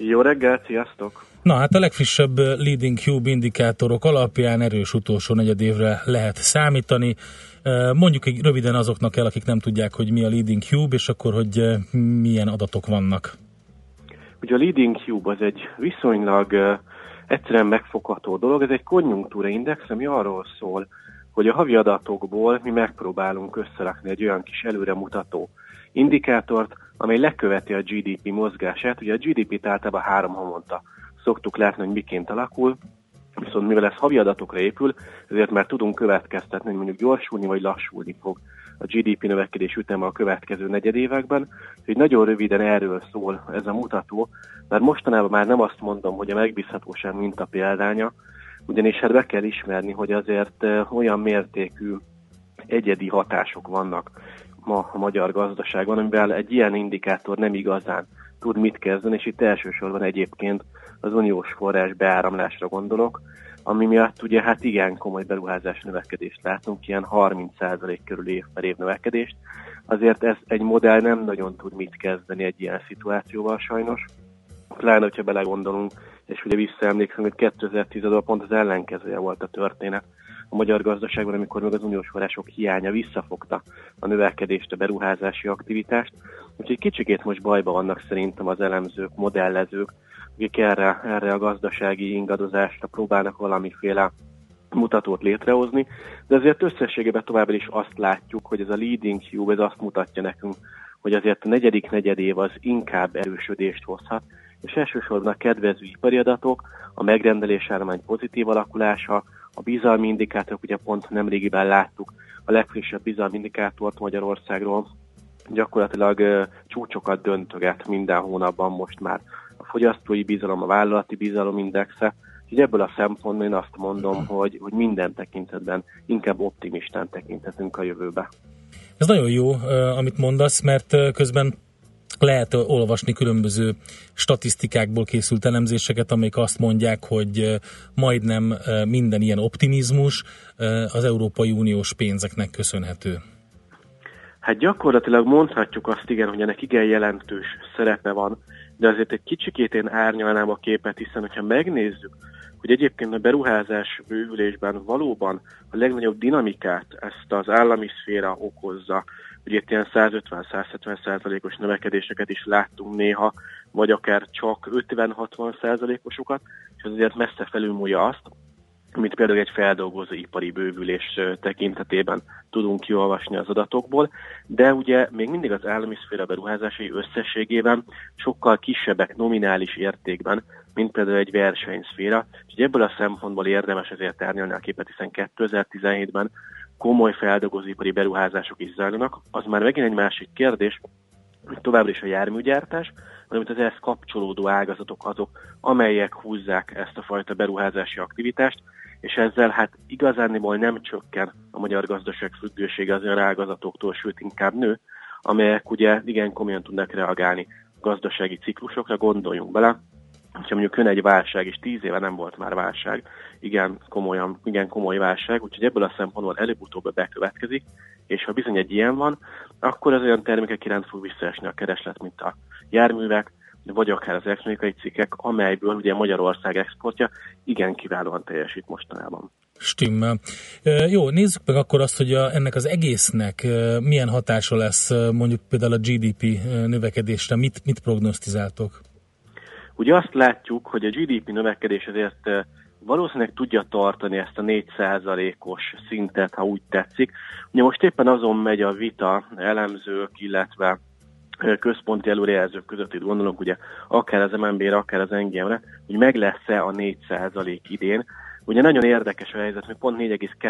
Speaker 11: Jó reggelt, sziasztok!
Speaker 5: Na hát a legfrissebb Leading Cube indikátorok alapján erős utolsó negyedévre lehet számítani. Mondjuk röviden azoknak el, akik nem tudják, hogy mi a Leading Cube, és akkor, hogy milyen adatok vannak.
Speaker 11: Ugye a Leading Cube az egy viszonylag egyszerűen megfogható dolog, ez egy konjunktúraindex, ami arról szól, hogy a havi adatokból mi megpróbálunk összerakni egy olyan kis előremutató indikátort, amely leköveti a GDP mozgását. Ugye a GDP-t általában 3 havonta szoktuk látni, hogy miként alakul, viszont mivel ez havi adatokra épül, ezért már tudunk következtetni, hogy mondjuk gyorsulni vagy lassulni fog a GDP növekedés üteme a következő negyedévekben. Úgyhogy nagyon röviden erről szól ez a mutató, mert mostanában már nem azt mondom, hogy a megbízhatóság minta példánya, ugyanis hát be kell ismerni, hogy azért olyan mértékű egyedi hatások vannak ma a magyar gazdaságban, amivel egy ilyen indikátor nem igazán tud mit kezdeni, és itt elsősorban egyébként az uniós forrás beáramlásra gondolok, ami miatt ugye hát igen komoly beruházás növekedést látunk, ilyen 30% körül év per év növekedést. Azért ez egy modell nem nagyon tud mit kezdeni egy ilyen szituációval sajnos. Pláne, hogyha belegondolunk, és ugye visszaemlékszünk, hogy 2010-ben pont az ellenkezője volt a történet a magyar gazdaságban, amikor meg az uniós források hiánya visszafogta a növekedést, a beruházási aktivitást. Úgyhogy kicsikét most bajba vannak szerintem az elemzők, modellezők, akik erre a gazdasági ingadozásra próbálnak valamiféle mutatót létrehozni, de azért összességében továbbra is azt látjuk, hogy ez a Leading Cube, ez azt mutatja nekünk, hogy azért a negyedik negyedév az inkább erősödést hozhat, és elsősorban a kedvező ipari adatok, a megrendelés állomány pozitív alakulása, a bizalmi indikátorok, ugye pont nemrégiben láttuk a legfrissebb bizalmi indikátort Magyarországról, gyakorlatilag csúcsokat döntöget minden hónapban most már a fogyasztói bizalom, a vállalati bizalom indexe. Úgyhogy ebből a szempontból én azt mondom, hogy minden tekintetben inkább optimistán tekinthetünk a jövőbe.
Speaker 5: Ez nagyon jó, amit mondasz, mert közben lehet olvasni különböző statisztikákból készült elemzéseket, amelyek azt mondják, hogy majdnem minden ilyen optimizmus az Európai Uniós pénzeknek köszönhető.
Speaker 11: Hát gyakorlatilag mondhatjuk azt, igen, hogy ennek igen jelentős szerepe van, de azért egy kicsikét én árnyalnám a képet, hiszen hogyha megnézzük, hogy egyébként a beruházás bővülésben valóban a legnagyobb dinamikát ezt az állami szféra okozza, ugye itt ilyen 150-170%-os növekedéseket is láttunk néha, vagy akár csak 50-60%-osokat, és az azért messze felülmúlja azt, amit például egy feldolgozóipari bővülés tekintetében tudunk kiolvasni az adatokból, de ugye még mindig az állami szféra beruházásai összességében sokkal kisebbek nominális értékben, mint például egy versenyszféra, és ebből a szempontból érdemes ezért árnyalni a képet, hiszen 2017-ben komoly feldolgozóipari beruházások is zajlanak. Az már megint egy másik kérdés, hogy továbbra is a járműgyártás, valamint az ehhez kapcsolódó ágazatok azok, amelyek húzzák ezt a fajta beruházási aktivitást, és ezzel hát igazániból nem csökken a magyar gazdaság függősége az olyan ágazatoktól, sőt inkább nő, amelyek ugye igen komolyan tudnak reagálni gazdasági ciklusokra, gondoljunk bele. Ha mondjuk jön egy válság, és 10 éve nem volt már válság, igen komoly válság, úgyhogy ebből a szempontból előbb-utóbb bekövetkezik, és ha bizony egy ilyen van, akkor az olyan termékek iránt fog visszaesni a kereslet, mint a járművek, vagy akár az elektronikai cikkek, amelyből ugye Magyarország exportja igen kiválóan teljesít mostanában.
Speaker 5: Stimmel. Jó, nézzük meg akkor azt, hogy ennek az egésznek milyen hatása lesz mondjuk például a GDP növekedésre, mit prognosztizáltok?
Speaker 11: Ugye azt látjuk, hogy a GDP növekedés azért valószínűleg tudja tartani ezt a 4%-os szintet, ha úgy tetszik. Ugye most éppen azon megy a vita elemzők, illetve központi előrejelzők között, itt gondolunk ugye akár az MNB-re, akár az NGM-re, hogy meg lesz-e a 4% idén. Ugye nagyon érdekes a helyzet, hogy pont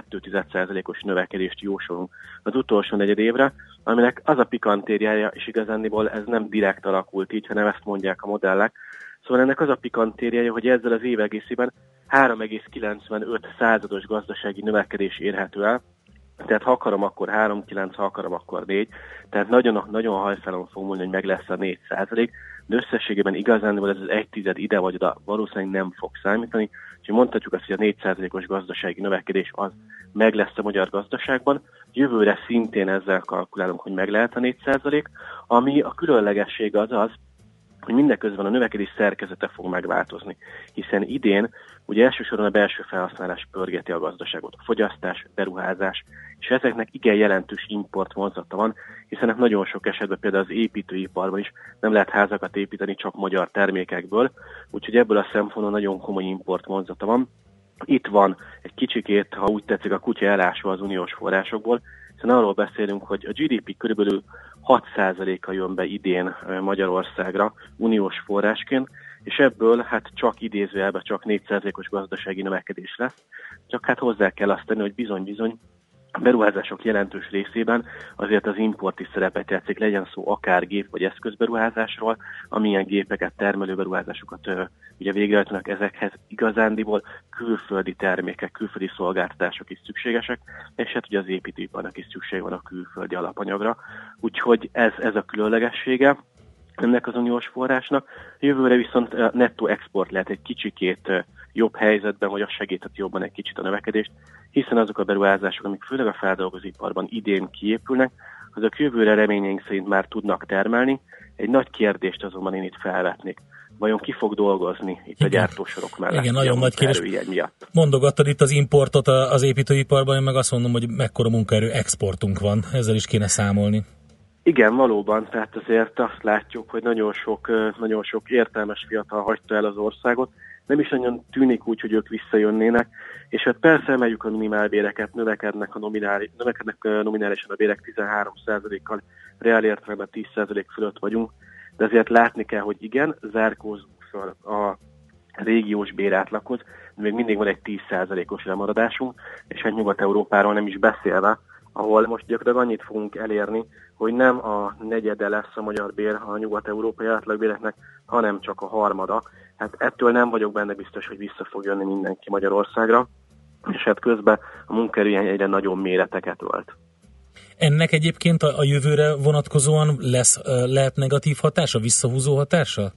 Speaker 11: 4,2%-os növekedést jósolunk az utolsó negyed évre, aminek az a pikantériája, és igazándiból ez nem direkt alakult így, hanem ezt mondják a modellek. Szóval ennek az a pikantériája, hogy ezzel az év egészében 3,95%-os gazdasági növekedés érhető el, tehát ha akarom, akkor 3,9, ha akarom, akkor 4, tehát nagyon hajszálon fog múlni, hogy meg lesz a 4%, de összességében igazán ez az 1,1 ide vagy oda valószínűleg nem fog számítani, és mondhatjuk azt, hogy a 4%-os gazdasági növekedés az meg lesz a magyar gazdaságban. Jövőre szintén ezzel kalkulálunk, hogy meg lehet a 4%, ami a különlegesség az, hogy mindeközben a növekedés szerkezete fog megváltozni, hiszen idén ugye elsősorban a belső felhasználás pörgeti a gazdaságot, a fogyasztás, beruházás, és ezeknek igen jelentős import vonzata van, hiszen nagyon sok esetben például az építőiparban is nem lehet házakat építeni csak magyar termékekből, úgyhogy ebből a szempontból nagyon komoly import vonzata van. Itt van egy kicsikét, ha úgy tetszik, a kutya elásva az uniós forrásokból, hiszen arról beszélünk, hogy a GDP körülbelül 6%-a jön be idén Magyarországra uniós forrásként, és ebből hát csak idézőjelben csak 4%-os gazdasági növekedés lesz. Csak hát hozzá kell azt tenni, hogy bizony-bizony a beruházások jelentős részében azért az import is szerepet játszik, legyen szó akár gép vagy eszközberuházásról, amilyen gépeket, termelőberuházásokat ugye végrehajtanak, ezekhez igazándiból külföldi termékek, külföldi szolgáltatások is szükségesek, és hát ugye az építőiparnak is szükség van a külföldi alapanyagra. Úgyhogy ez a különlegessége ennek az uniós forrásnak. Jövőre viszont nettó export lehet egy kicsikét jobb helyzetben, vagy az segíthet jobban egy kicsit a növekedést, hiszen azok a beruházások, amik főleg a feldolgozóiparban idén kiépülnek, azok jövőre reményeink szerint már tudnak termelni. Egy nagy kérdést azonban én itt felvetnék. Vajon ki fog dolgozni itt a gyártósorok mellett?
Speaker 5: Igen, nagyon nagy kérdés.
Speaker 11: Miatt.
Speaker 5: Mondogattad itt az importot az építőiparban, én meg azt mondom, hogy mekkora munkaerő exportunk van. Ezzel is kéne számolni.
Speaker 11: Igen, valóban, tehát azért azt látjuk, hogy nagyon sok értelmes fiatal hagyta el az országot, nem is nagyon tűnik úgy, hogy ők visszajönnének, és hát persze emeljük a minimálbéreket, növekednek nominálisan a bérek 13%-kal, reál értelemben 10% fölött vagyunk, de azért látni kell, hogy igen, zárkózunk fel a régiós bérátlaghoz, de még mindig van egy 10%-os lemaradásunk, és hát Nyugat-Európáról nem is beszélve, ahol most gyakorlatilag annyit fogunk elérni, hogy nem a negyede lesz a magyar bér a nyugat-európai átlagbéreknek, hanem csak a harmada. Hát ettől nem vagyok benne biztos, hogy vissza fog jönni mindenki Magyarországra, és hát közben a munkaerőhiány egyre nagyobb méreteket ölt.
Speaker 5: Ennek egyébként a jövőre vonatkozóan lehet negatív hatása, visszahúzó hatása?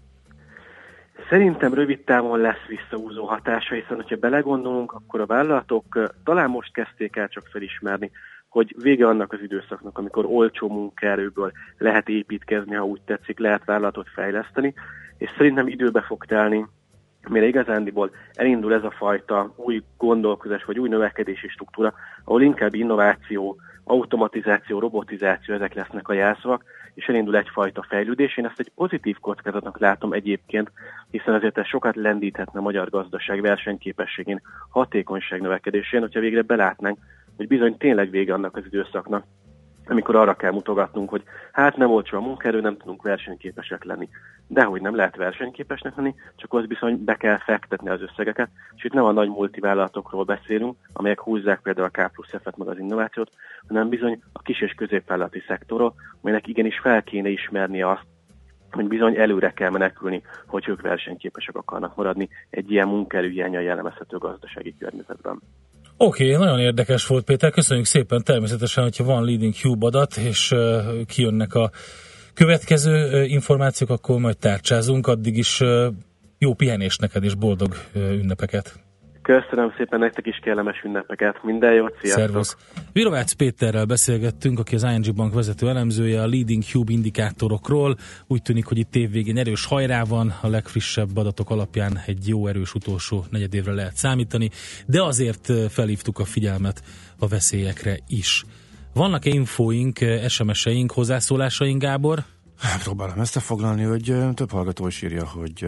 Speaker 11: Szerintem rövid távon lesz visszahúzó hatása, hiszen hogyha belegondolunk, akkor a vállalatok talán most kezdték el csak felismerni, hogy vége annak az időszaknak, amikor olcsó munkaerőből lehet építkezni, ha úgy tetszik, lehet vállalatot fejleszteni, és szerintem időbe fog telni, mire igazándiból elindul ez a fajta új gondolkozás, vagy új növekedési struktúra, ahol inkább innováció, automatizáció, robotizáció, ezek lesznek a jelszavak, és elindul egyfajta fejlődés. Én ezt egy pozitív kockázatnak látom egyébként, hiszen azért ez sokat lendíthetne a magyar gazdaság versenyképességén, hatékonyság növekedésén, hogyha végre belátnánk, hogy bizony tényleg vége annak az időszaknak, amikor arra kell mutogatnunk, hogy hát nem olcsó a munkaerő, nem tudunk versenyképesek lenni. Dehogy nem lehet versenyképesnek lenni, csak az bizony be kell fektetni az összegeket, és itt nem a nagy multivállalatokról beszélünk, amelyek húzzák például a K+F-et meg az innovációt, hanem bizony a kis- és középvállalati szektorról, amelynek igenis fel kéne ismernie azt, hogy bizony előre kell menekülni, hogy ők versenyképesek akarnak maradni egy ilyen munkaerőhiánnyal jellemezhető gazdasági környezetben.
Speaker 5: Oké, nagyon érdekes volt, Péter, köszönjük szépen. Természetesen, hogyha van Leading Cube adat, és kijönnek a következő információk, akkor majd tárcsázunk. Addig is jó pihenést neked, és boldog ünnepeket.
Speaker 11: Köszönöm szépen, nektek is kellemes ünnepeket. Minden jót, sziasztok!
Speaker 5: Szervusz! Virovácz Péterrel beszélgettünk, aki az ING Bank vezető elemzője a Leading Cube indikátorokról. Úgy tűnik, hogy itt évvégén erős hajrá van, a legfrissebb adatok alapján egy jó erős utolsó negyedévre lehet számítani, de azért felhívtuk a figyelmet a veszélyekre is. Vannak-e infóink, SMS-eink, hozzászólásaink, Gábor?
Speaker 4: Próbálom összefoglalni, hogy több hallgató is írja, hogy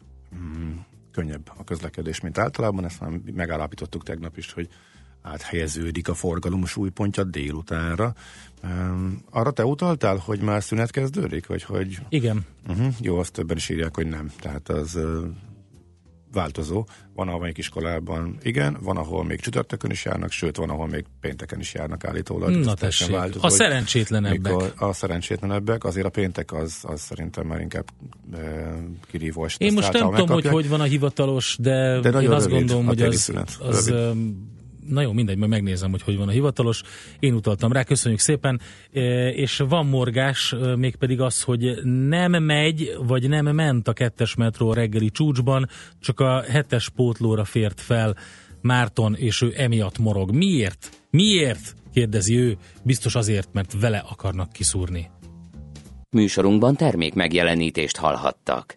Speaker 4: könnyebb a közlekedés, mint általában. Ezt már megállapítottuk tegnap is, hogy áthelyeződik a forgalom súlypontja délutánra. Arra te utaltál, hogy már szünet kezdődik? Vagy hogy...
Speaker 5: Igen.
Speaker 4: Jó, azt többen is írják, hogy nem. Tehát az változó. Van, ahol még iskolában igen, van, ahol még csütörtökön is járnak, sőt, van, ahol még pénteken is járnak állítólag.
Speaker 5: Na tessék, változó, a szerencsétlenebbek.
Speaker 4: A szerencsétlenebbek, azért a péntek az szerintem már inkább kirívó.
Speaker 5: Én most nem tudom, hogy van a hivatalos, de én azt gondolom, hogy az na jó, mindegy, majd megnézem, hogy van a hivatalos. Én utaltam rá, köszönjük szépen. És van morgás, mégpedig az, hogy nem megy, vagy nem ment a 2-es metró a reggeli csúcsban, csak a 7-es pótlóra fért fel Márton, és ő emiatt morog. Miért? Kérdezi ő. Biztos azért, mert vele akarnak kiszúrni.
Speaker 1: Műsorunkban termék megjelenítést hallhattak.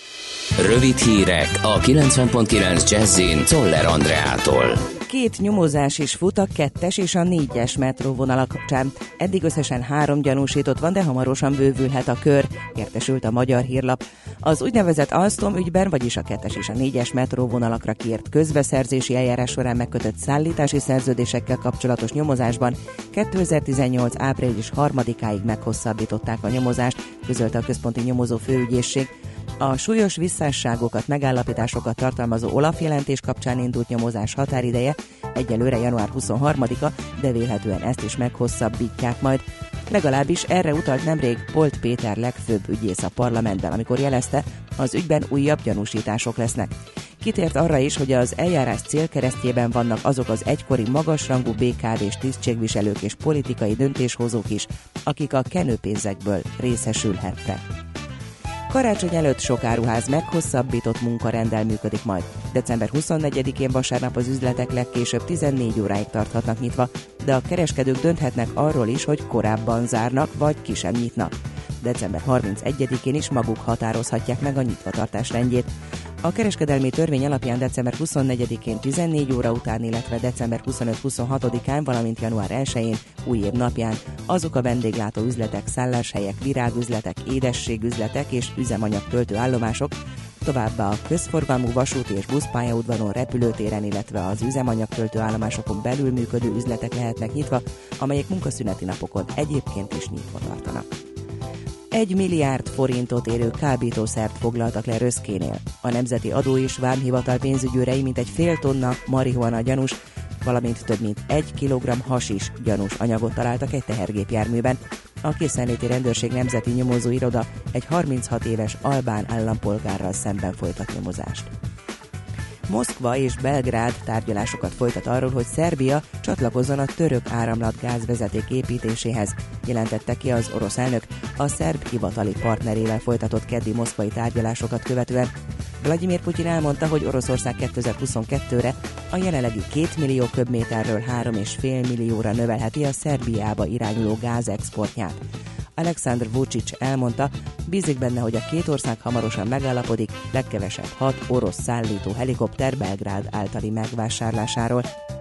Speaker 1: Rövid hírek a 90.9 Jazzin Czoller Andreától.
Speaker 9: 2 nyomozás is fut a 2-es és a 4-es metróvonalak kapcsán. Eddig összesen 3 gyanúsított van, de hamarosan bővülhet a kör, értesült a Magyar Hírlap. Az úgynevezett Alstom ügyben, vagyis a 2-es és a 4-es metróvonalakra kiírt közbeszerzési eljárás során megkötött szállítási szerződésekkel kapcsolatos nyomozásban 2018. április 3-áig meghosszabbították a nyomozást, közölte a Központi Nyomozó Főügyészség. A súlyos visszásságokat, megállapításokat tartalmazó OLAF jelentés kapcsán indult nyomozás határideje egyelőre január 23-a, de vélhetően ezt is meghosszabbítják majd. Legalábbis erre utalt nemrég Polt Péter legfőbb ügyész a parlamentben, amikor jelezte, az ügyben újabb gyanúsítások lesznek. Kitért arra is, hogy az eljárás célkeresztjében vannak azok az egykori magasrangú BKV-s tisztségviselők és politikai döntéshozók is, akik a kenőpénzekből részesülhettek. Karácsony előtt sok áruház meghosszabbított munkarenddel működik majd. December 24-én vasárnap az üzletek legkésőbb 14 óráig tarthatnak nyitva, de a kereskedők dönthetnek arról is, hogy korábban zárnak, vagy ki sem nyitnak. December 31-én is maguk határozhatják meg a nyitvatartás rendjét. A kereskedelmi törvény alapján december 24-én 14 óra után, illetve december 25-26-án, valamint január 1-én, új év napján azok a vendéglátó üzletek, szálláshelyek, virágüzletek, édességüzletek és üzemanyagtöltő állomások, továbbá a közforgalmú vasúti és buszpályaudvaron, repülőtéren, illetve az üzemanyagtöltő állomásokon belül működő üzletek lehetnek nyitva, amelyek munkaszüneti napokon egyébként is nyitva tartanak. 1 milliárd forintot érő kábítószert foglaltak le Röszkénél. A Nemzeti Adó és Vámhivatal pénzügyőrei mintegy fél tonna marihuana gyanús, valamint több mint 1 kilogramm hasis gyanús anyagot találtak egy tehergépjárműben. A készenléti rendőrség nemzeti nyomozóiroda egy 36 éves albán állampolgárral szemben folytat nyomozást. Moszkva és Belgrád tárgyalásokat folytat arról, hogy Szerbia csatlakozzon a török áramlatgázvezeték építéséhez, jelentette ki az orosz elnök a szerb hivatali partnerével folytatott keddi moszkvai tárgyalásokat követően. Vladimir Putyin elmondta, hogy Oroszország 2022-re a jelenlegi 2 millió köbméterről 3,5 millióra növelheti a Szerbiába irányuló gázexportját. Alexander Vučić elmondta, bízik benne, hogy a két ország hamarosan megállapodik, legkevesebb 6 orosz szállító helikopter Belgrád általi megvásárlásáról.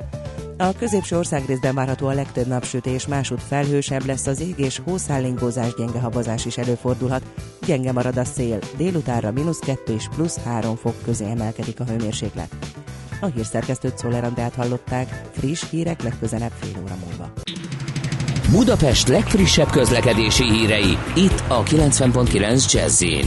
Speaker 9: A középső országrészben várható a legtöbb napsütés, másút felhősebb lesz az ég, és hószállingózás, gyenge havazás is előfordulhat. Gyenge marad a szél, délutánra -2 és +3 fok közé emelkedik a hőmérséklet. A hírszerkesztőt Czoller Andrát hallották, friss hírek legközelebb fél óra múlva.
Speaker 1: Budapest legfrissebb közlekedési hírei, itt a 90.9 Jazz-in.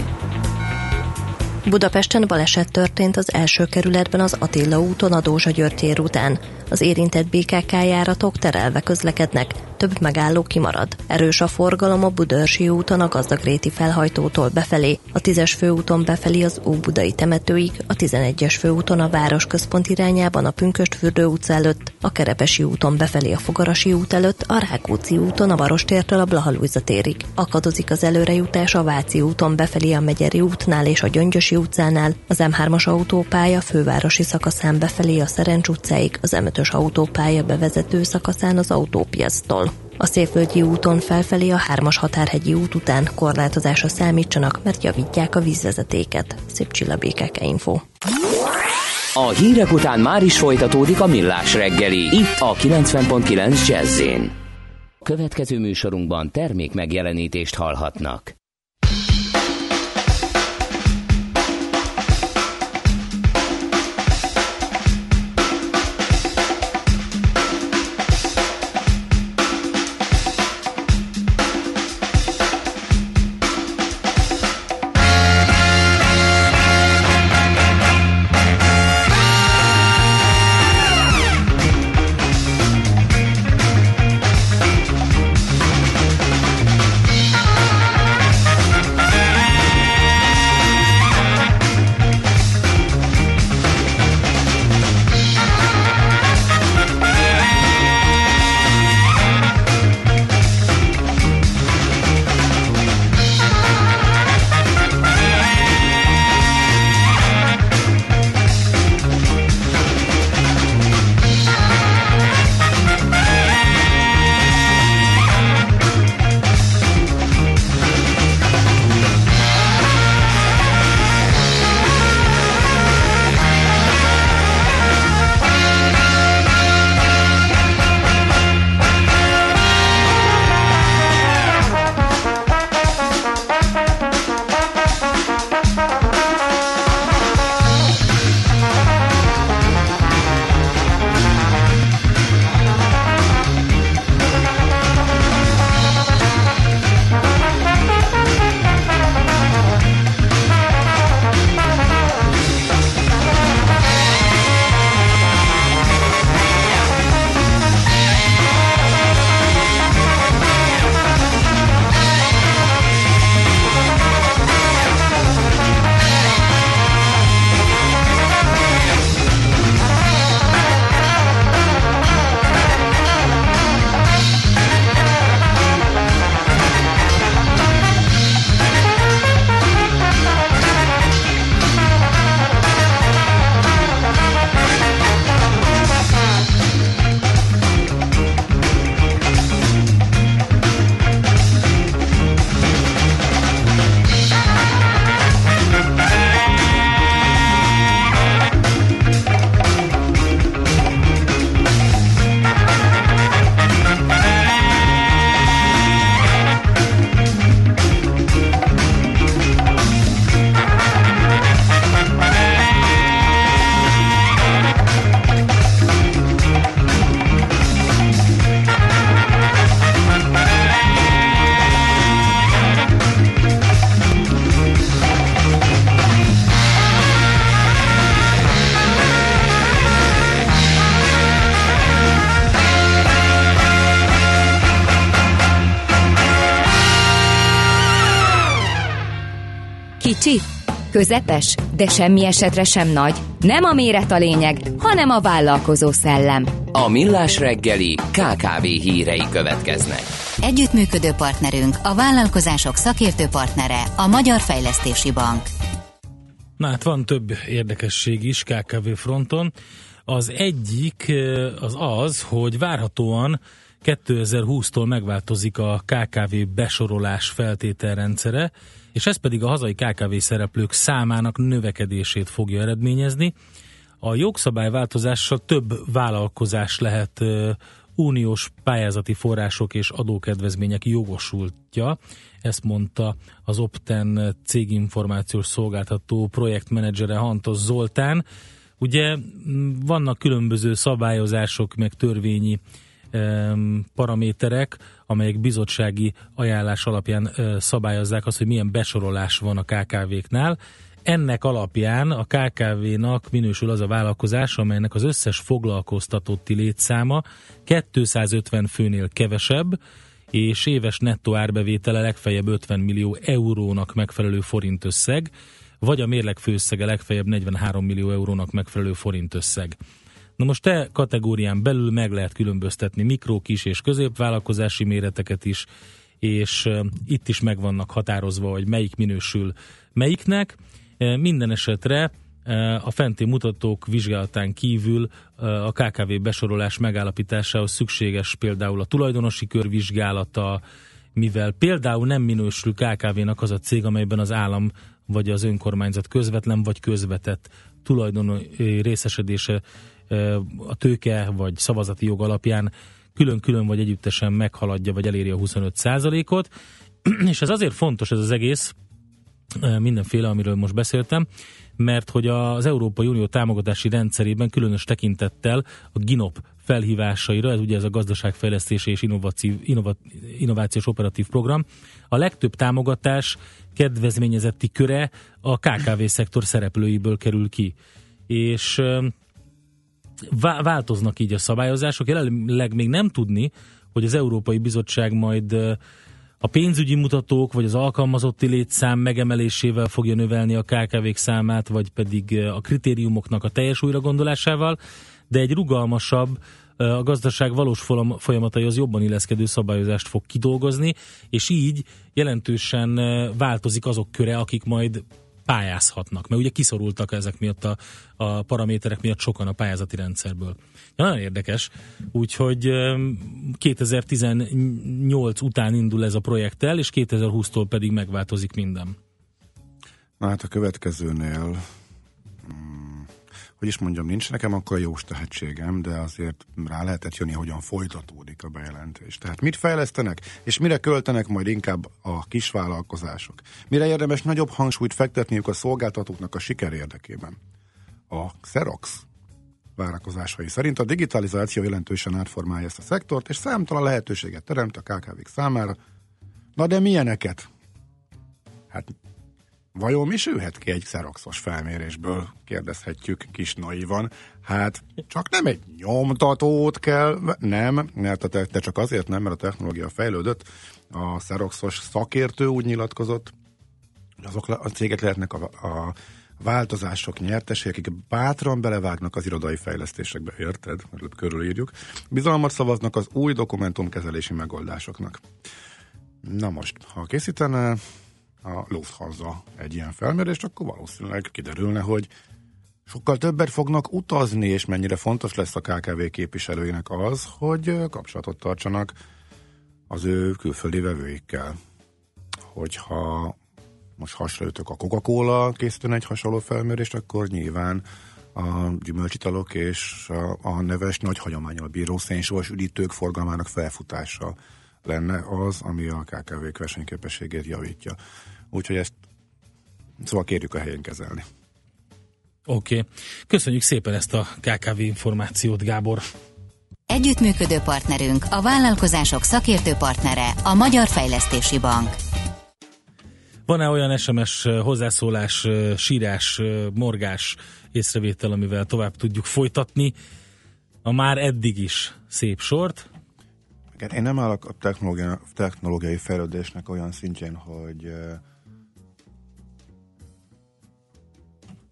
Speaker 12: Budapesten baleset történt az első kerületben az Attila úton a Dózsa-György tér után. Az érintett BKK járatok terelve közlekednek, több megálló kimarad. Erős a forgalom a Budaörsi úton a Gazdagréti felhajtótól befelé, a 10-es főúton befelé az Óbudai temetőig, a 11-es főúton a városközpont irányában a Pünkösdfürdő utca előtt, a Kerepesi úton befelé a Fogarasi út előtt, a Rákóczi úton a Barostértől a Blaha Lujza térig. Akadozik az előrejutás a Váci úton befelé a Megyeri útnál és a Gyöngyösi utcánál, az M3-as autópálya fővárosi szakaszán befelé a Szerencs utcáig, az M5-ös autópálya bevezető szakaszán az Autópiactól. A Szépvölgyi úton felfelé a 3-as Határhegyi út után korlátozásra számítsanak, mert javítják a vízvezetéket. Szép Csilla, BKK Info.
Speaker 1: A hírek után már is folytatódik a Millás reggeli, itt a 90.9 Jazz-in. Következő műsorunkban termék megjelenítést hallhatnak.
Speaker 13: Kicsi? Közepes, de semmi esetre sem nagy. Nem a méret a lényeg, hanem a vállalkozó szellem.
Speaker 1: A Millás reggeli KKV hírei következnek.
Speaker 14: Együttműködő partnerünk, a vállalkozások szakértő partnere, a Magyar Fejlesztési Bank.
Speaker 5: Na hát van több érdekesség is KKV fronton. Az egyik az, hogy várhatóan 2020-tól megváltozik a KKV besorolás feltételrendszere, és ez pedig a hazai KKV szereplők számának növekedését fogja eredményezni. A jogszabályváltozással több vállalkozás lehet uniós pályázati források és adókedvezmények jogosultja. Ezt mondta az Opten céginformációs szolgáltató projektmenedzsere Hantos Zoltán. Ugye vannak különböző szabályozások, meg törvényi paraméterek, amelyek bizottsági ajánlás alapján szabályozzák azt, hogy milyen besorolás van a KKV-knál. Ennek alapján a KKV-nak minősül az a vállalkozás, amelynek az összes foglalkoztatotti létszáma 250 főnél kevesebb, és éves nettó árbevétele legfeljebb 50 millió eurónak megfelelő forintösszeg, vagy a mérleg főösszege legfeljebb 43 millió eurónak megfelelő forintösszeg. Na most kategórián belül meg lehet különböztetni mikro, kis és középvállalkozási méreteket is, és itt is meg vannak határozva, hogy melyik minősül melyiknek. Minden esetre a fenti mutatók vizsgálatán kívül a KKV besorolás megállapításához szükséges például a tulajdonosi kör vizsgálata, mivel például nem minősül KKV-nak az a cég, amelyben az állam vagy az önkormányzat közvetlen vagy közvetett tulajdoni részesedése a tőke vagy szavazati jog alapján külön-külön vagy együttesen meghaladja vagy eléri a 25%-ot, és ez azért fontos ez az egész, mindenféle, amiről most beszéltem, mert hogy az Európai Unió támogatási rendszerében különös tekintettel a GINOP felhívásaira, ez ugye ez a gazdaságfejlesztési és innovációs operatív program, a legtöbb támogatás kedvezményezetti köre a KKV-szektor szereplőiből kerül ki. És változnak így a szabályozások. Jelenleg még nem tudni, hogy az Európai Bizottság majd a pénzügyi mutatók vagy az alkalmazotti létszám megemelésével fogja növelni a KKV-k számát, vagy pedig a kritériumoknak a teljes újragondolásával, de egy rugalmasabb, a gazdaság valós folyamataihoz jobban illeszkedő szabályozást fog kidolgozni, és így jelentősen változik azok köre, akik majd pályázhatnak, mert ugye kiszorultak ezek miatt a paraméterek miatt sokan a pályázati rendszerből. Nagyon érdekes, úgyhogy 2018 után indul ez a projekttel, és 2020-tól pedig megváltozik minden.
Speaker 4: Na hát a következőnél, hogy is mondjam, nincs nekem akkor jós tehetségem, de azért rá lehetett jönni, hogyan folytatódik a bejelentés. Tehát mit fejlesztenek, és mire költenek majd inkább a kisvállalkozások? Mire érdemes nagyobb hangsúlyt fektetniük a szolgáltatóknak a siker érdekében? A Xerox várakozásai szerint a digitalizáció jelentősen átformálja ezt a szektort, és számtalan lehetőséget teremt a KKV-k számára. Na de milyeneket? Hát vajon mi sülhet ki egy Xeroxos felmérésből? Kérdezhetjük kis naivan. Hát csak nem egy nyomtatót kell, nem, mert de csak azért nem, mert a technológia fejlődött. A Xeroxos szakértő úgy nyilatkozott, hogy azok a cégek lehetnek a változások nyertesei, akik bátran belevágnak az irodai fejlesztésekbe, érted? Mert körülírjuk. Bizalmat szavaznak az új dokumentumkezelési megoldásoknak. Na most, ha készítene a Lufthansa egy ilyen felmérést, akkor valószínűleg kiderülne, hogy sokkal többet fognak utazni, és mennyire fontos lesz a KKV képviselőinek az, hogy kapcsolatot tartsanak az ő külföldi vevőikkel. Hogyha most hasonlítok a Coca-Cola készítene egy hasonló felmérést, akkor nyilván a gyümölcsitalok és a neves nagy hagyománnyal bíró szénsavas üdítők forgalmának felfutása lenne az, ami a KKV-k versenyképességét javítja. Úgyhogy ezt szóval kérjük a helyén kezelni.
Speaker 5: Oké. Köszönjük szépen ezt a KKV információt, Gábor.
Speaker 14: Együttműködő partnerünk, a vállalkozások szakértő partnere, a Magyar Fejlesztési Bank.
Speaker 5: Van-e olyan SMS hozzászólás, sírás, morgás, észrevétel, amivel tovább tudjuk folytatni a már eddig is szép sort?
Speaker 4: Én nem állok a technológiai fejlődésnek olyan szintjén, hogy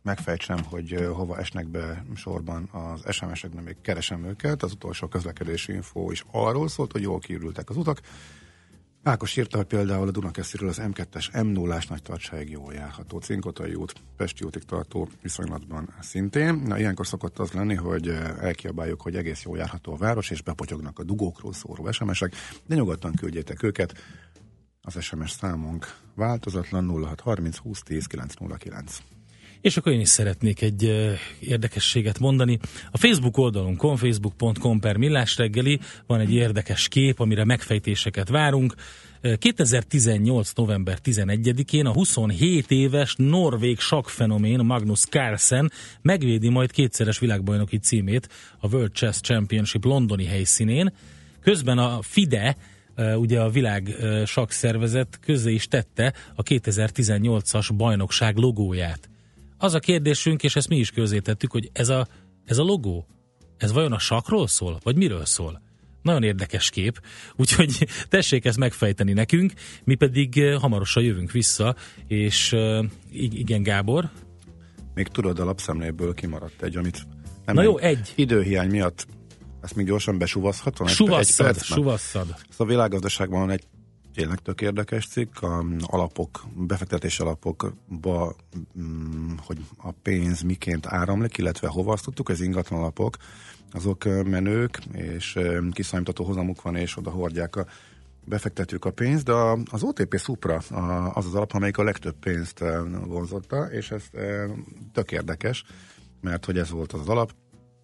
Speaker 4: megfejtsem, hogy hova esnek be sorban az SMS-ekben, még keresem őket. Az utolsó közlekedési infó is arról szólt, hogy jól kiürültek az utak. Ákos írta, hogy például a Dunakesziről az M2-es M0-ás Nagytartsáig jól járható. Cinkotai út, Pesti útig tartó viszonylatban szintén. Na, ilyenkor szokott az lenni, hogy elkiabáljuk, hogy egész jól járható a város, és bepotyognak a dugókról szóló SMS-ek, de nyugodtan küldjétek őket. Az SMS számunk változatlan 0630 20 10 909.
Speaker 5: És akkor én is szeretnék egy érdekességet mondani. A Facebook oldalunkon, facebook.com/millásreggeli van egy érdekes kép, amire megfejtéseket várunk. 2018. november 11-én a 27 éves norvég sakkfenomén Magnus Carlsen megvédi majd kétszeres világbajnoki címét a World Chess Championship londoni helyszínén. Közben a FIDE, ugye a világ sakkszervezet közzé is tette a 2018-as bajnokság logóját. Az a kérdésünk, és ezt mi is közzétettük, hogy ez a logó, ez vajon a sakkról szól, vagy miről szól? Nagyon érdekes kép, úgyhogy tessék ezt megfejteni nekünk, mi pedig hamarosan jövünk vissza, és igen, Gábor?
Speaker 4: Még tudod, a lapszemléből kimaradt egy, amit
Speaker 5: nem. Na jó, egy.
Speaker 4: Időhiány miatt ezt még gyorsan besúvaszhatom?
Speaker 5: Suvasszad.
Speaker 4: A világgazdaságban van egy tényleg tök érdekes cikk, a alapok, befektetési alapokba, hogy a pénz miként áramlik, illetve hova, azt tudtuk, az ingatlan alapok, azok menők, és kiszámítható hozamuk van, és oda hordják a befektetők a pénzt, de az OTP Supra az az alap, amelyik a legtöbb pénzt vonzotta, és ez tök érdekes, mert hogy ez volt az alap,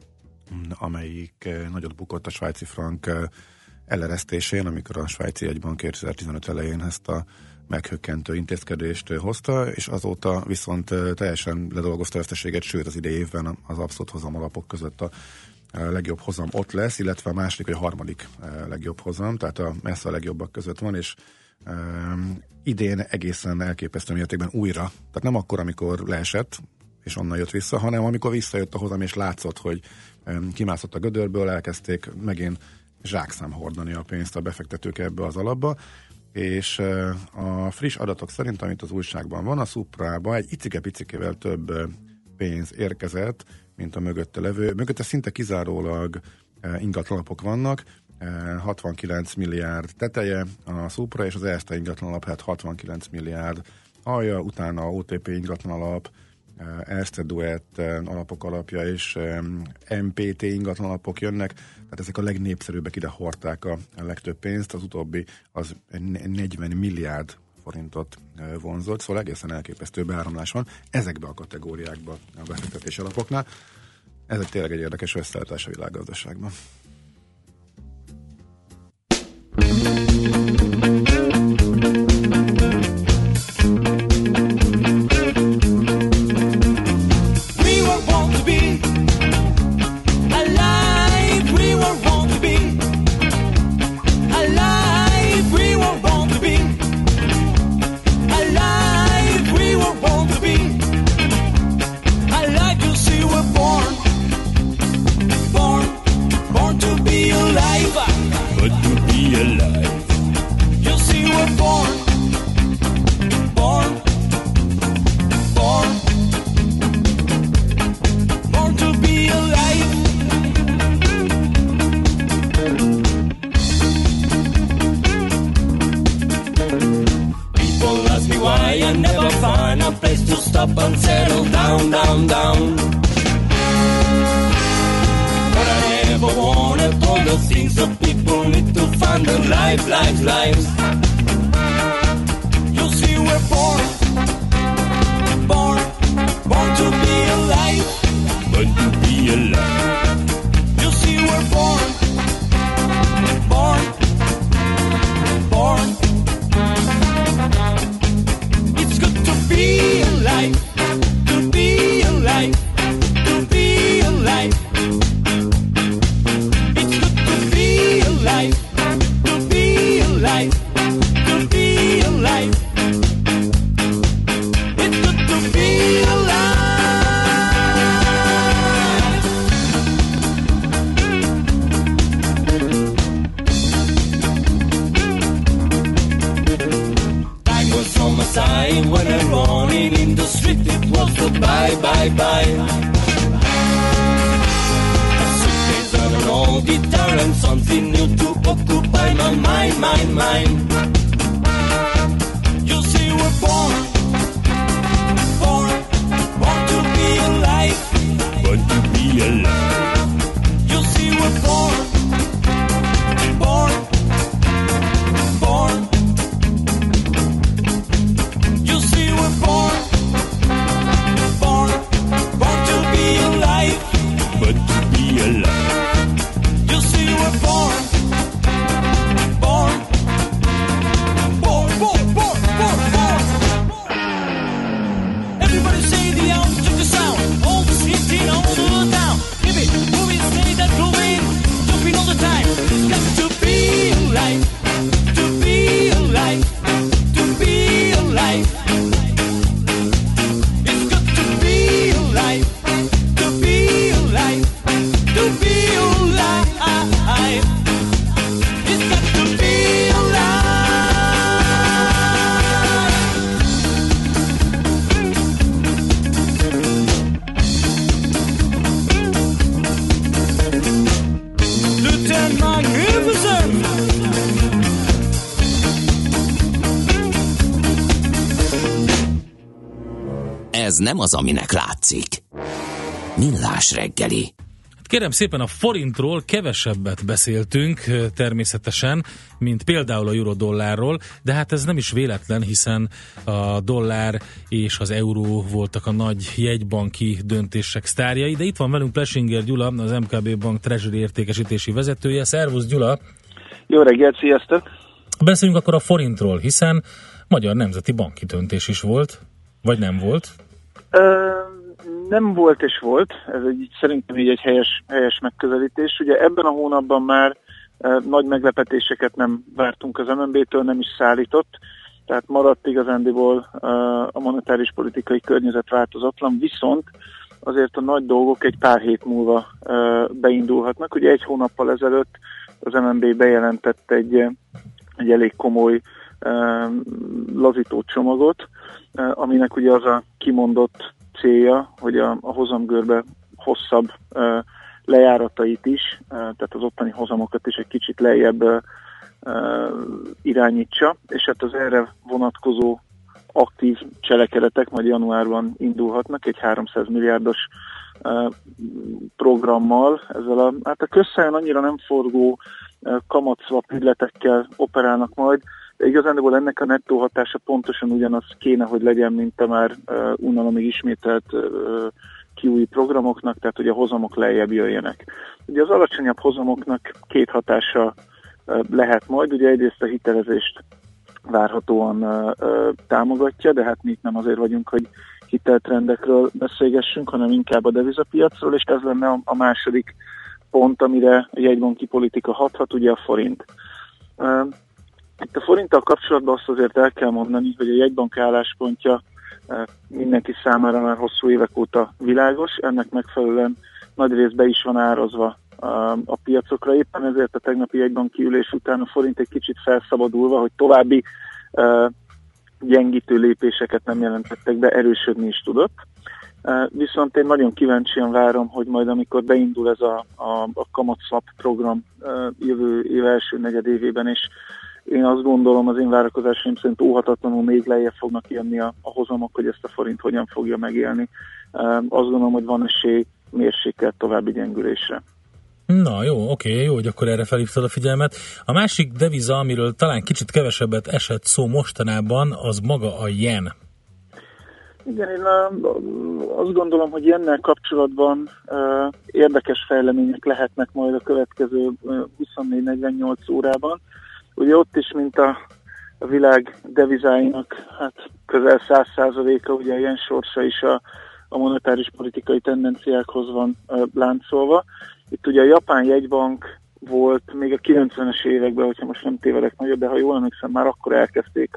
Speaker 4: amelyik nagyot bukott a svájci frank eleresztésén, amikor a svájci jegybank 2015 elején ezt a meghökkentő intézkedést hozta, és azóta viszont teljesen ledolgozta a veszteséget, sőt az idei évben az abszolút hozam alapok között a legjobb hozam ott lesz, illetve a második vagy a harmadik legjobb hozam, tehát a messze a legjobbak között van, és idén egészen elképesztő mértékben újra, tehát nem akkor, amikor leesett, és onnan jött vissza, hanem amikor visszajött a hozam, és látszott, hogy kimászott a gödörből, elkezdték megint zsákszám hordani a pénzt a befektetők ebbe az alapba, és a friss adatok szerint, amit az újságban van, a Suprába egy icike-picikével több pénz érkezett, mint a mögötte levő. Mögötte szinte kizárólag ingatlanalapok vannak, 69 milliárd teteje a Supra, és az Erste ingatlanalap, hát 69 milliárd alja, utána OTP ingatlanalap, Erste Duett alapok alapja és MPT ingatlanalapok jönnek, tehát ezek a legnépszerűbbek, ide hordták a legtöbb pénzt, az utóbbi az 40 milliárd forintot vonzott, szóval egészen elképesztő beáramlás van ezekbe a kategóriákba a befektetési alapoknál. Ez tényleg egy érdekes összeállítás a világgazdaságban.
Speaker 6: bye-bye. A suitcase and an old guitar and something new to occupy my mind. You see, we're born to be alive. Born to be alive. You see, we're born. You see, we're born to be alive. But to be alive. You see, we're born. Everybody say the out to the sound. All the city, all the town. Give it, moving, stay that going. Jumping all the time. It's got to be alive. To be alive. To be alive. It's got to be alive. To be alive. To be alive. It's got to be alive. Lieutenant Magnificent.
Speaker 1: Ez nem az, aminek látszik. Millás reggeli.
Speaker 5: Kérem szépen, a forintról kevesebbet beszéltünk természetesen, mint például a eurodollárról, de hát ez nem is véletlen, hiszen a dollár és az euró voltak a nagy jegybanki döntések sztárjai, de itt van velünk Plesinger Gyula, az MKB Bank Treasury értékesítési vezetője. Szervusz, Gyula!
Speaker 15: Jó reggelt, sziasztok!
Speaker 5: Beszéljünk akkor a forintról, hiszen magyar nemzeti banki döntés is volt, vagy nem volt?
Speaker 15: Nem volt és volt, ez szerintem így egy helyes megközelítés. Ugye ebben a hónapban már nagy meglepetéseket nem vártunk az MNB-től, nem is szállított, tehát maradt igazándiból a monetáris politikai környezet változatlan, viszont azért a nagy dolgok egy pár hét múlva beindulhatnak. Ugye egy hónappal ezelőtt az MNB bejelentett egy elég komoly lazító csomagot, aminek ugye az a kimondott célja, hogy a hozamgörbe hosszabb lejáratait is, tehát az ottani hozamokat is egy kicsit lejjebb irányítsa, és hát az erre vonatkozó aktív cselekedetek majd januárban indulhatnak egy 300 milliárdos programmal. Ezzel hát a közszájon annyira nem forgó kamatszwap ügyletekkel operálnak majd, de igazándiból ennek a nettó hatása pontosan ugyanaz kéne, hogy legyen, mint a már unalomig ismételt QE programoknak, tehát hogy a hozamok lejjebb jöjjenek. Ugye az alacsonyabb hozamoknak két hatása lehet majd, ugye egyrészt a hitelezést várhatóan támogatja, de hát mi itt nem azért vagyunk, hogy hiteltrendekről beszélgessünk, hanem inkább a devizapiacról, és ez lenne a második pont, amire a jegybanki politika hathat, ugye a forint. Itt a forinttal kapcsolatban azt azért el kell mondani, hogy a jegybank álláspontja mindenki számára már hosszú évek óta világos, ennek megfelelően nagy részt be is van árazva a piacokra, éppen ezért a tegnapi jegybanki ülés után a forint egy kicsit felszabadulva, hogy további gyengítő lépéseket nem jelentettek be, erősödni is tudott. Viszont én nagyon kíváncsian várom, hogy majd amikor beindul ez a kamatszwap program jövő év első negyedévében, és én azt gondolom, az én várakozásaim szerint óhatatlanul még lejjebb fognak jönni a hozamok, hogy ezt a forint hogyan fogja megélni. Azt gondolom, hogy van esély mérsékelt további gyengülésre.
Speaker 5: Na jó, oké, jó, hogy akkor erre felhívtad a figyelmet. A másik deviza, amiről talán kicsit kevesebbet esett szó mostanában, az maga a jen.
Speaker 15: Igen, én azt gondolom, hogy jennel kapcsolatban érdekes fejlemények lehetnek majd a következő 24-48 órában. Ugye ott is, mint a világ devizáinak hát közel 100%-a, ugye a jen sorsa is a monetáris politikai tendenciákhoz van láncolva. Itt ugye a japán jegybank volt még a 90-es években, hogyha most nem tévedek nagyon, de ha jól emlékszem, már akkor elkezdték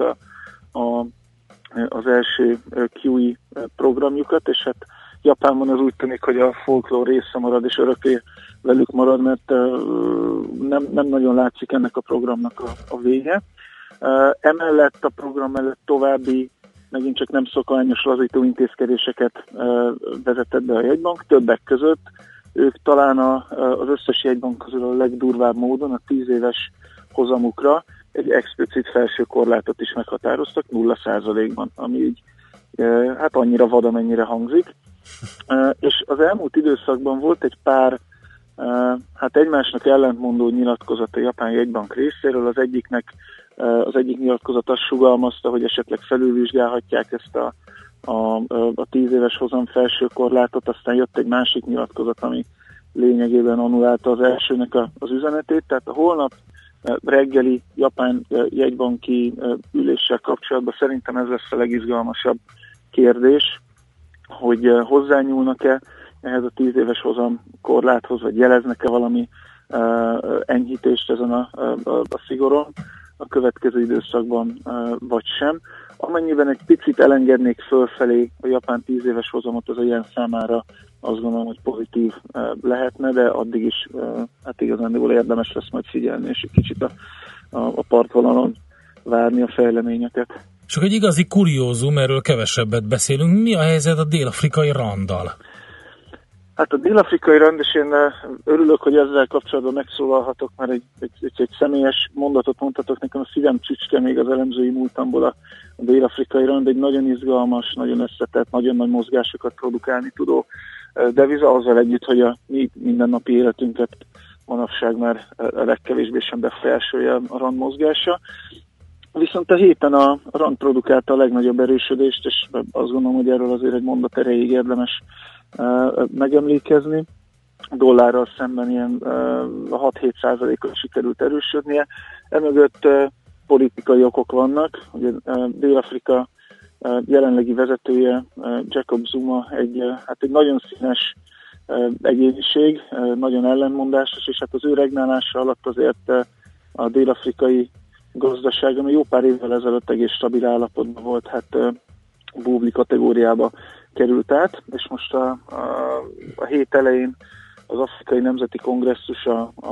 Speaker 15: az első QE programjukat, és hát Japánban az úgy tűnik, hogy a folklór része marad, és örökké velük marad, mert nem nagyon látszik ennek a programnak a vége. Emellett a program mellett további megint csak nem szokványos lazító intézkedéseket vezetett be a jegybank, többek között ők talán az összes jegybank közül a legdurvább módon a 10 éves hozamukra egy explicit felső korlátot is meghatároztak 0%-ban, ami így hát annyira vad, amennyire hangzik. És az elmúlt időszakban volt egy pár hát egymásnak ellentmondó nyilatkozat a japán jegybank részéről. Az egyik nyilatkozat azt sugalmazta, hogy esetleg felülvizsgálhatják ezt a 10 éves hozam felső korlátot, aztán jött egy másik nyilatkozat, ami lényegében annulálta az elsőnek az üzenetét. Tehát a holnap reggeli japán jegybanki üléssel kapcsolatban szerintem ez lesz a legizgalmasabb kérdés, hogy hozzányúlnak-e ehhez a 10 éves hozam korláthoz, vagy jeleznek-e valami enyhítést ezen a szigoron a következő időszakban, vagy sem. Amennyiben egy picit elengednék fölfelé a japán 10 éves hozamot, az ilyen számára azt gondolom, hogy pozitív lehetne, de addig is hát igazándiból érdemes lesz majd figyelni, és egy kicsit a partvonalon várni a fejleményeket.
Speaker 5: Csak egy igazi kuriózum, erről kevesebbet beszélünk. Mi a helyzet a dél-afrikai randdal?
Speaker 15: Hát a dél-afrikai rand, és én örülök, hogy ezzel kapcsolatban megszólalhatok, mert egy személyes mondatot mondhatok, nekem a szívem csücske még az elemzői múltamból a dél-afrikai rand, egy nagyon izgalmas, nagyon összetett, nagyon nagy mozgásokat produkálni tudó deviza, azzal együtt, hogy a mi mindennapi életünket manapság már a legkevésbé sem befolyásolja a rand mozgása. Viszont a héten a rand produkálta a legnagyobb erősödést, és azt gondolom, hogy erről azért egy mondat erejéig érdemes megemlékezni. A dollárral szemben ilyen 6-7%-kal sikerült erősödnie. Emögött politikai okok vannak. Ugye Dél-Afrika jelenlegi vezetője, Jacob Zuma, egy nagyon színes egyéniség, nagyon ellenmondásos, és hát az ő regnálása alatt azért a dél-afrikai gazdaság, ami jó pár évvel ezelőtt egész stabil állapotban volt, hát búvli kategóriába került át, és most a hét elején az Afrikai Nemzeti Kongresszus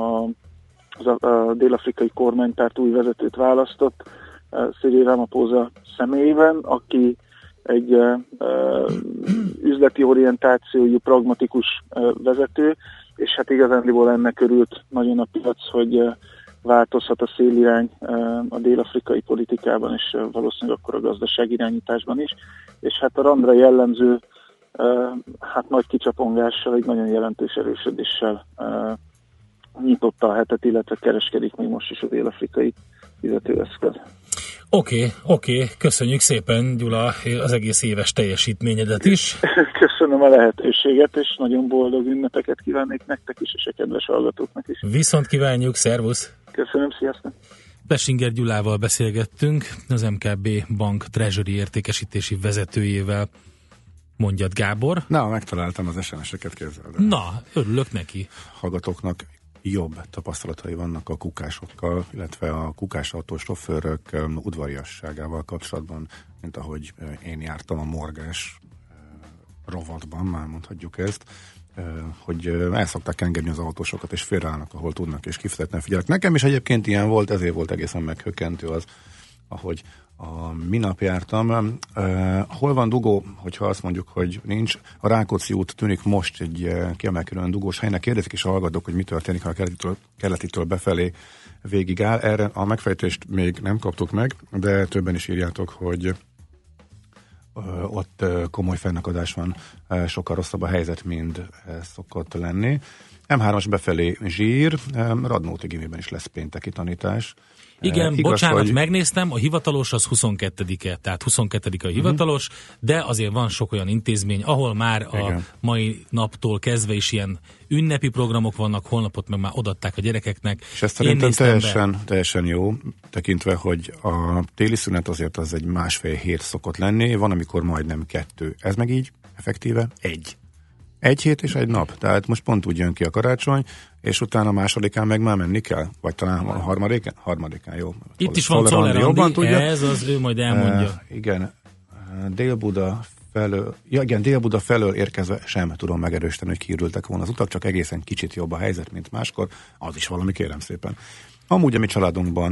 Speaker 15: a dél-afrikai kormánypárt új vezetőt választott, Cyril Ramaphosa személyében, aki egy üzleti orientációjú, pragmatikus vezető, és hát igazándiból ennek örült nagyon a piac, hogy változhat a szélirány a dél-afrikai politikában, és valószínűleg akkor a gazdaságirányításban is. És hát a randra jellemző hát nagy kicsapongással, egy nagyon jelentős erősödéssel nyitotta a hetet, illetve kereskedik még most is a dél-afrikai fizetőeszköz.
Speaker 5: Oké, köszönjük szépen, Gyula, az egész éves teljesítményedet is.
Speaker 15: Köszönöm a lehetőséget, és nagyon boldog ünnepeket kívánnék nektek is, és a kedves hallgatóknak is.
Speaker 5: Viszont kívánjuk, szervusz!
Speaker 15: Köszönöm, sziasztok!
Speaker 5: Plesinger Gyulával beszélgettünk, az MKB Bank Treasury értékesítési vezetőjével. Mondjad, Gábor.
Speaker 4: Na, megtaláltam az SMS-eket, képzeld.
Speaker 5: Na, örülök neki.
Speaker 4: Hallgatóknak jobb tapasztalatai vannak a kukásokkal, illetve a kukásautós sofőrök udvariasságával kapcsolatban, mint ahogy én jártam a morgás rovatban, már mondhatjuk ezt, hogy el szokták engedni az autósokat, és félreállnak, ahol tudnak, és kifejezetten figyelnek. Nekem is egyébként ilyen volt, ezért volt egészen meghökkentő az, ahogy a minap jártam. Hol van dugó, hogyha azt mondjuk, hogy nincs? A Rákóczi út tűnik most egy kiemelkedően dugós helynek. Kérdezik is a hallgatók, hogy mi történik, ha a keletitől befelé végig áll. Erre a megfejtést még nem kaptuk meg, de többen is írjátok, hogy ott komoly fennakadás van, sokkal rosszabb a helyzet, mint szokott lenni. M3-as befelé zsír, Radnóti Gimiben is lesz pénteki tanítás.
Speaker 5: Igen, igaz, bocsánat, hogy megnéztem, a hivatalos az 22-e, tehát 22-e a hivatalos, de azért van sok olyan intézmény, ahol már a mai naptól kezdve is ilyen ünnepi programok vannak, holnapot meg már odaadták a gyerekeknek.
Speaker 4: És ez szerintem teljesen jó, tekintve, hogy a téli szünet azért az egy 1,5 hét szokott lenni, van, amikor majdnem 2. Ez meg így effektíve 1. 1 hét és 1 nap. Tehát most pont úgy jön ki a karácsony, és utána a másodikán meg már menni kell? Vagy talán a harmadikán? Harmadikán, jó.
Speaker 5: Itt is van Czoller, ez az, ő majd elmondja.
Speaker 4: Igen, Dél-Buda felől érkezve sem tudom megerősíteni, hogy kiürültek volna az utak, csak egészen kicsit jobb a helyzet, mint máskor. Az is valami, kérem szépen. Amúgy a mi családunkban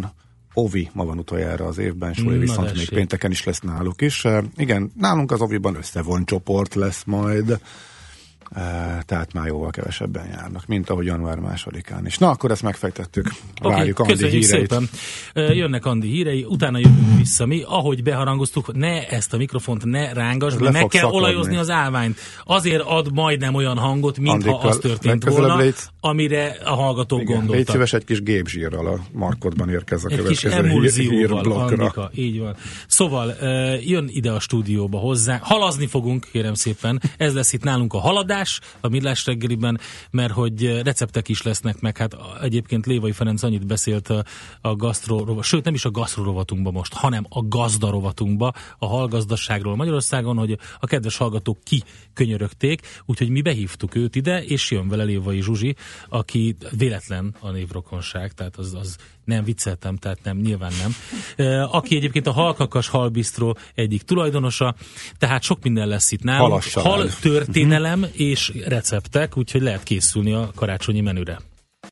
Speaker 4: Ovi ma van utoljára az évben, Suli, viszont még pénteken is lesz náluk is. Igen, nálunk az Oviban összevont csoport lesz majd, tehát már jóval kevesebben járnak, mint ahogy január 2-án is. Na, akkor ezt megfejtettük. Várjuk Andi híreit.
Speaker 5: Szépen. Jönnek Andi hírei, utána jövünk vissza mi. Ahogy beharangoztuk, ne ezt a mikrofont ne rángasd, meg kell olajozni az állványt. Azért ad majdnem olyan hangot, mintha az történt volna, amire a hallgatók gondoltak.
Speaker 4: Légy szíves, egy kis gépzsírral a markodban érkez a
Speaker 5: következő hírblokkra. Andika, így van. Szóval jön ide a stúdióba hozzá. Halazni fogunk, kérem szépen. Ez lesz itt nálunk a haladás a Millás reggeliben, mert hogy receptek is lesznek, meg hát egyébként Lévai Ferenc annyit beszélt a gasztro, sőt nem is a gasztro rovatunkba most, hanem a gazda rovatunkba, a halgazdaságról Magyarországon, hogy a kedves hallgatók kikönyörögték, úgyhogy mi behívtuk őt ide, és jön vele Lévai Zsuzsi, aki véletlen a névrokonság, tehát az nem vicceltem, tehát nem, nyilván nem. Aki egyébként a Halkakas Halbisztró egyik tulajdonosa, tehát sok minden lesz itt nálunk. Hal történelem és receptek, úgyhogy lehet készülni a karácsonyi menüre.